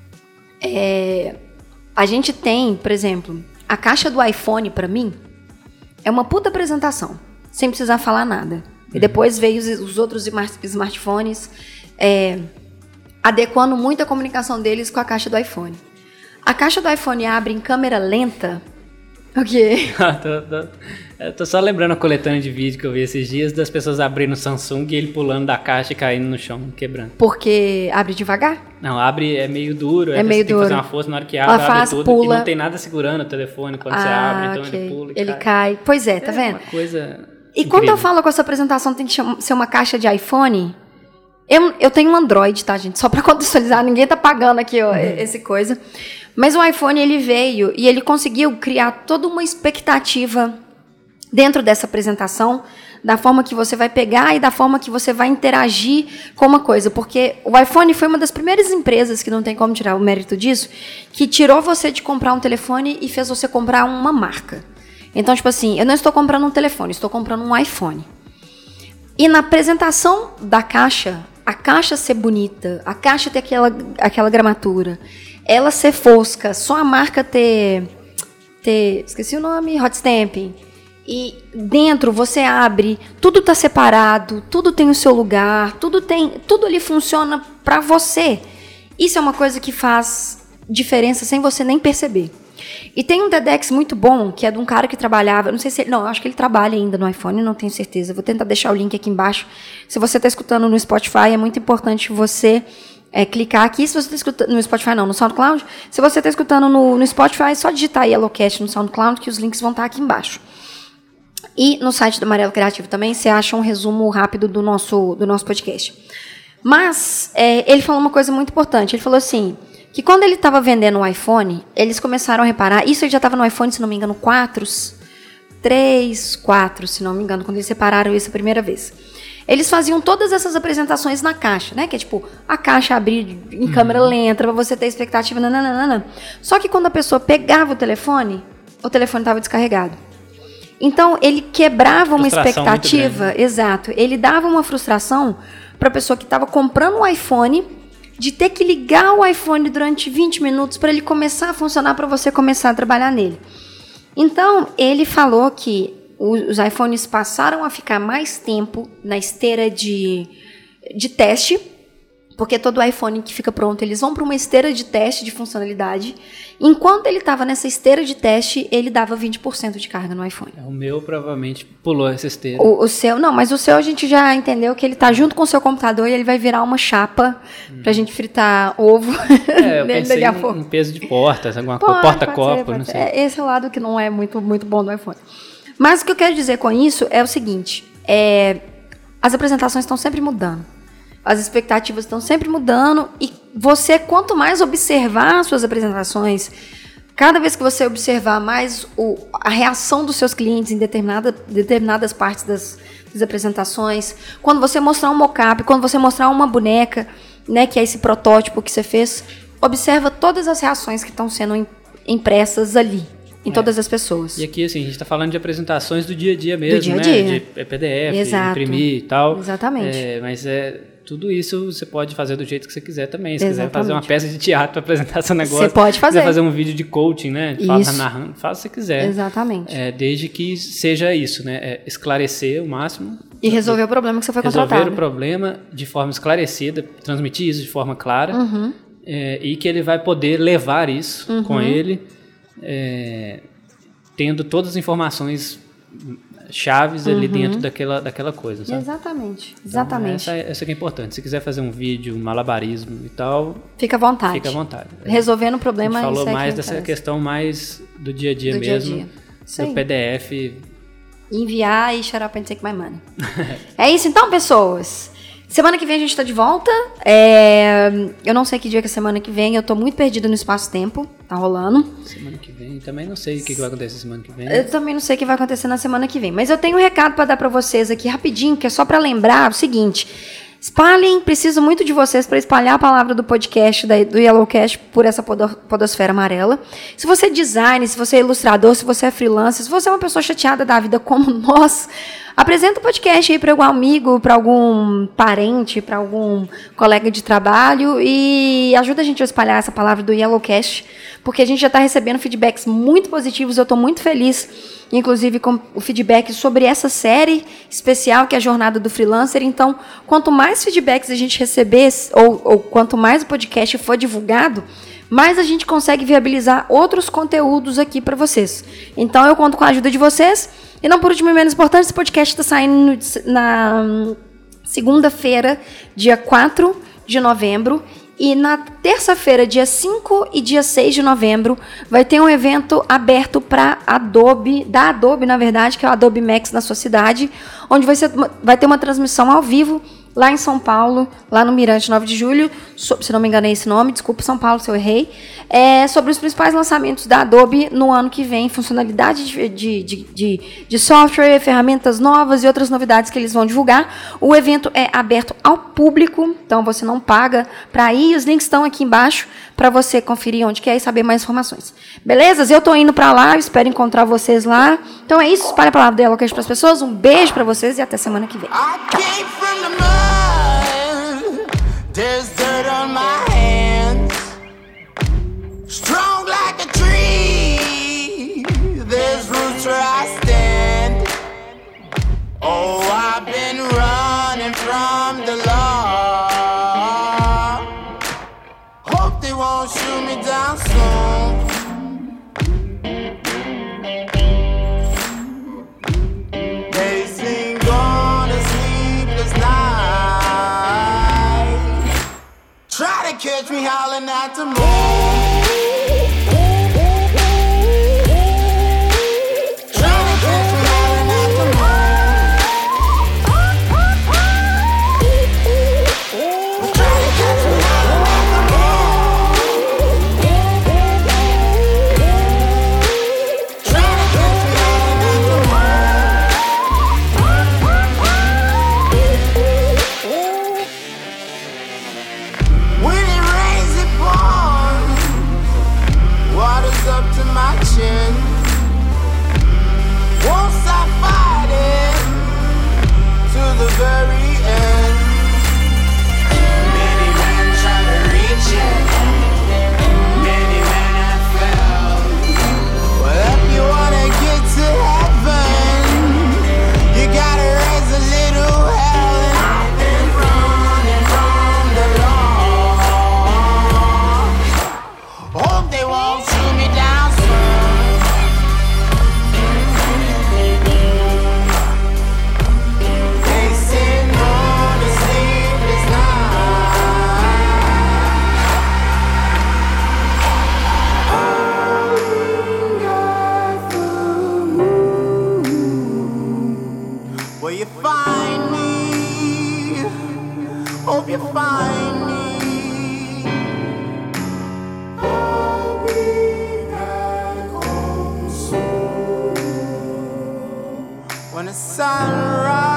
A: é, a gente tem, por exemplo, a caixa do iPhone, para mim, é uma puta apresentação, sem precisar falar nada. E depois veio os, os outros smartphones é, adequando muito a comunicação deles com a caixa do iPhone. A caixa do iPhone abre em câmera lenta. O quê?
B: tô, tô, eu tô só lembrando a coletânea de vídeo que eu vi esses dias das pessoas abrindo o Samsung e ele pulando da caixa e caindo no chão, quebrando.
A: Porque abre devagar?
B: Não, abre, é meio duro.
A: É,
B: é
A: meio
B: você
A: duro.
B: Tem que fazer uma força na hora que abre,
A: Ela
B: abre
A: faz,
B: tudo.
A: pula.
B: E não tem nada segurando o telefone quando
A: ah,
B: você abre, então
A: okay.
B: ele pula e
A: ele
B: cai.
A: cai. Pois é, tá
B: é
A: vendo?
B: Uma coisa
A: e
B: incrível.
A: Quando eu falo com essa apresentação tem que ser uma caixa de iPhone, eu, eu tenho um Android, tá, gente? Só pra contextualizar, ninguém tá pagando aqui ó, uhum. esse coisa. Mas o iPhone, ele veio e ele conseguiu criar toda uma expectativa dentro dessa apresentação, da forma que você vai pegar e da forma que você vai interagir com uma coisa. Porque o iPhone foi uma das primeiras empresas, que não tem como tirar o mérito disso, que tirou você de comprar um telefone e fez você comprar uma marca. Então, tipo assim, eu não estou comprando um telefone, estou comprando um iPhone. E na apresentação da caixa, a caixa ser bonita, a caixa ter aquela, aquela gramatura, ela ser fosca, só a marca ter, ter esqueci o nome, hot stamping. E dentro você abre, tudo está separado, tudo tem o seu lugar, tudo tem, tudo ali funciona para você. Isso é uma coisa que faz diferença sem você nem perceber. E tem um TEDx muito bom, que é de um cara que trabalhava, não sei se ele, não, eu acho que ele trabalha ainda no iPhone, não tenho certeza. Vou tentar deixar o link aqui embaixo. Se você está escutando no Spotify, é muito importante você é, clicar aqui. Se você está escutando no Spotify, não, no SoundCloud. Se você está escutando no, no Spotify, é só digitar aí Yellowcast no SoundCloud, que os links vão estar aqui embaixo. E no site do Amarelo Criativo também você acha um resumo rápido do nosso, do nosso podcast. Mas é, ele falou uma coisa muito importante. Ele falou assim, que quando ele estava vendendo o iPhone, eles começaram a reparar, isso ele já estava no iPhone, se não me engano, quatro, três, quatro, se não me engano, quando eles separaram isso a primeira vez. Eles faziam todas essas apresentações na caixa, né? Que é tipo, a caixa abrir em uhum. câmera lenta, para você ter expectativa, nananana. Só que quando a pessoa pegava o telefone, o telefone estava descarregado. Então, ele quebrava uma expectativa, exato, ele dava uma frustração para a pessoa que estava comprando um iPhone, de ter que ligar o iPhone durante vinte minutos para ele começar a funcionar, para você começar a trabalhar nele. Então, ele falou que os iPhones passaram a ficar mais tempo na esteira de, de teste, porque todo iPhone que fica pronto, eles vão para uma esteira de teste de funcionalidade. Enquanto ele estava nessa esteira de teste, ele dava vinte por cento de carga no iPhone.
B: O meu provavelmente pulou essa esteira.
A: O, o seu, não, mas o seu a gente já entendeu que ele tá junto com o seu computador e ele vai virar uma chapa hum. pra gente fritar ovo.
B: É, eu pensei em, em peso de portas, alguma coisa, porta-copo, não sei.
A: É, esse é o lado que não é muito, muito bom do iPhone. Mas o que eu quero dizer com isso é o seguinte, é, as apresentações estão sempre mudando. As expectativas estão sempre mudando e você, quanto mais observar as suas apresentações, cada vez que você observar mais o, a reação dos seus clientes em determinada, determinadas partes das, das apresentações, quando você mostrar um mockup, quando você mostrar uma boneca, né, que é esse protótipo que você fez, observa todas as reações que estão sendo impressas ali. Em é. todas as pessoas.
B: E aqui, assim, a gente está falando de apresentações do dia a dia mesmo, do dia a
A: né?
B: Dia. De P D F,
A: Exato.
B: imprimir e tal.
A: Exatamente.
B: É, mas é, tudo isso você pode fazer do jeito que você quiser também. Se Exatamente. quiser fazer uma peça de teatro para apresentar seu negócio.
A: Você pode fazer.
B: Se quiser fazer um vídeo de coaching, né? Fala, narrando, faz o que você quiser.
A: Exatamente.
B: É, desde que seja isso, né? É esclarecer o máximo.
A: E resolver o problema que você foi
B: resolver
A: contratado.
B: Resolver o problema de forma esclarecida, transmitir isso de forma clara.
A: Uhum.
B: É, e que ele vai poder levar isso
A: uhum.
B: com ele. É, tendo todas as informações chaves ali uhum. dentro daquela, daquela coisa, sabe?
A: Exatamente, exatamente.
B: Então, essa, essa que é importante. Se quiser fazer um vídeo, um malabarismo e tal...
A: Fica à vontade.
B: Fica à vontade.
A: Resolvendo o problema...
B: A gente falou
A: isso é
B: mais
A: que
B: dessa
A: interessa.
B: questão mais do dia a dia
A: do
B: mesmo.
A: Dia a dia.
B: Do P D F.
A: Enviar e shut up and take my money. É isso então, pessoas. Semana que vem a gente tá de volta. É... Eu não sei que dia que é semana que vem. Eu tô muito perdida no espaço-tempo. Tá rolando.
B: Semana que vem. Também não sei o que vai acontecer semana que vem.
A: Eu também não sei o que vai acontecer na semana que vem. Mas eu tenho um recado pra dar pra vocês aqui rapidinho, que é só pra lembrar o seguinte. Espalhem, preciso muito de vocês para espalhar a palavra do podcast, da, do Yellowcast, por essa podosfera amarela. Se você é designer, se você é ilustrador, se você é freelancer, se você é uma pessoa chateada da vida como nós, apresenta o podcast aí para algum amigo, para algum parente, para algum colega de trabalho e ajuda a gente a espalhar essa palavra do Yellowcast, porque a gente já está recebendo feedbacks muito positivos, eu estou muito feliz, inclusive com o feedback sobre essa série especial que é a Jornada do Freelancer. Então, quanto mais feedbacks a gente receber, ou, ou quanto mais o podcast for divulgado, mais a gente consegue viabilizar outros conteúdos aqui para vocês. Então, eu conto com a ajuda de vocês. E não por último e menos importante, esse podcast está saindo na segunda-feira, dia quatro de novembro. E na terça-feira, dia cinco e dia seis de novembro, vai ter um evento aberto para Adobe, da Adobe, na verdade, que é o Adobe Max na sua cidade, onde vai, ser, vai ter uma transmissão ao vivo lá em São Paulo, lá no Mirante nove de julho, so, se não me engano é esse nome, desculpa São Paulo se eu errei, é sobre os principais lançamentos da Adobe no ano que vem, funcionalidade de, de, de, de, de software, ferramentas novas e outras novidades que eles vão divulgar. O evento é aberto ao público, então você não paga para ir, os links estão aqui embaixo para você conferir onde quer e saber mais informações. Beleza? Eu estou indo para lá, espero encontrar vocês lá. Então é isso, espalhe a palavra do Yellowcast para as pessoas, um beijo para vocês e até semana que vem.
D: There's dirt on my hands, strong like a tree. There's roots where I stand. Oh, I've been running from the law. Hope they won't shoot me down soon. They sing on a sleepless night. Try to catch me howling at the moon. Try to catch me howling at the moon. Try to catch me howling at the moon. Try to catch me howling at the moon. When it rains, it pours. hope you find me. I'll be back home soon when the sun rises.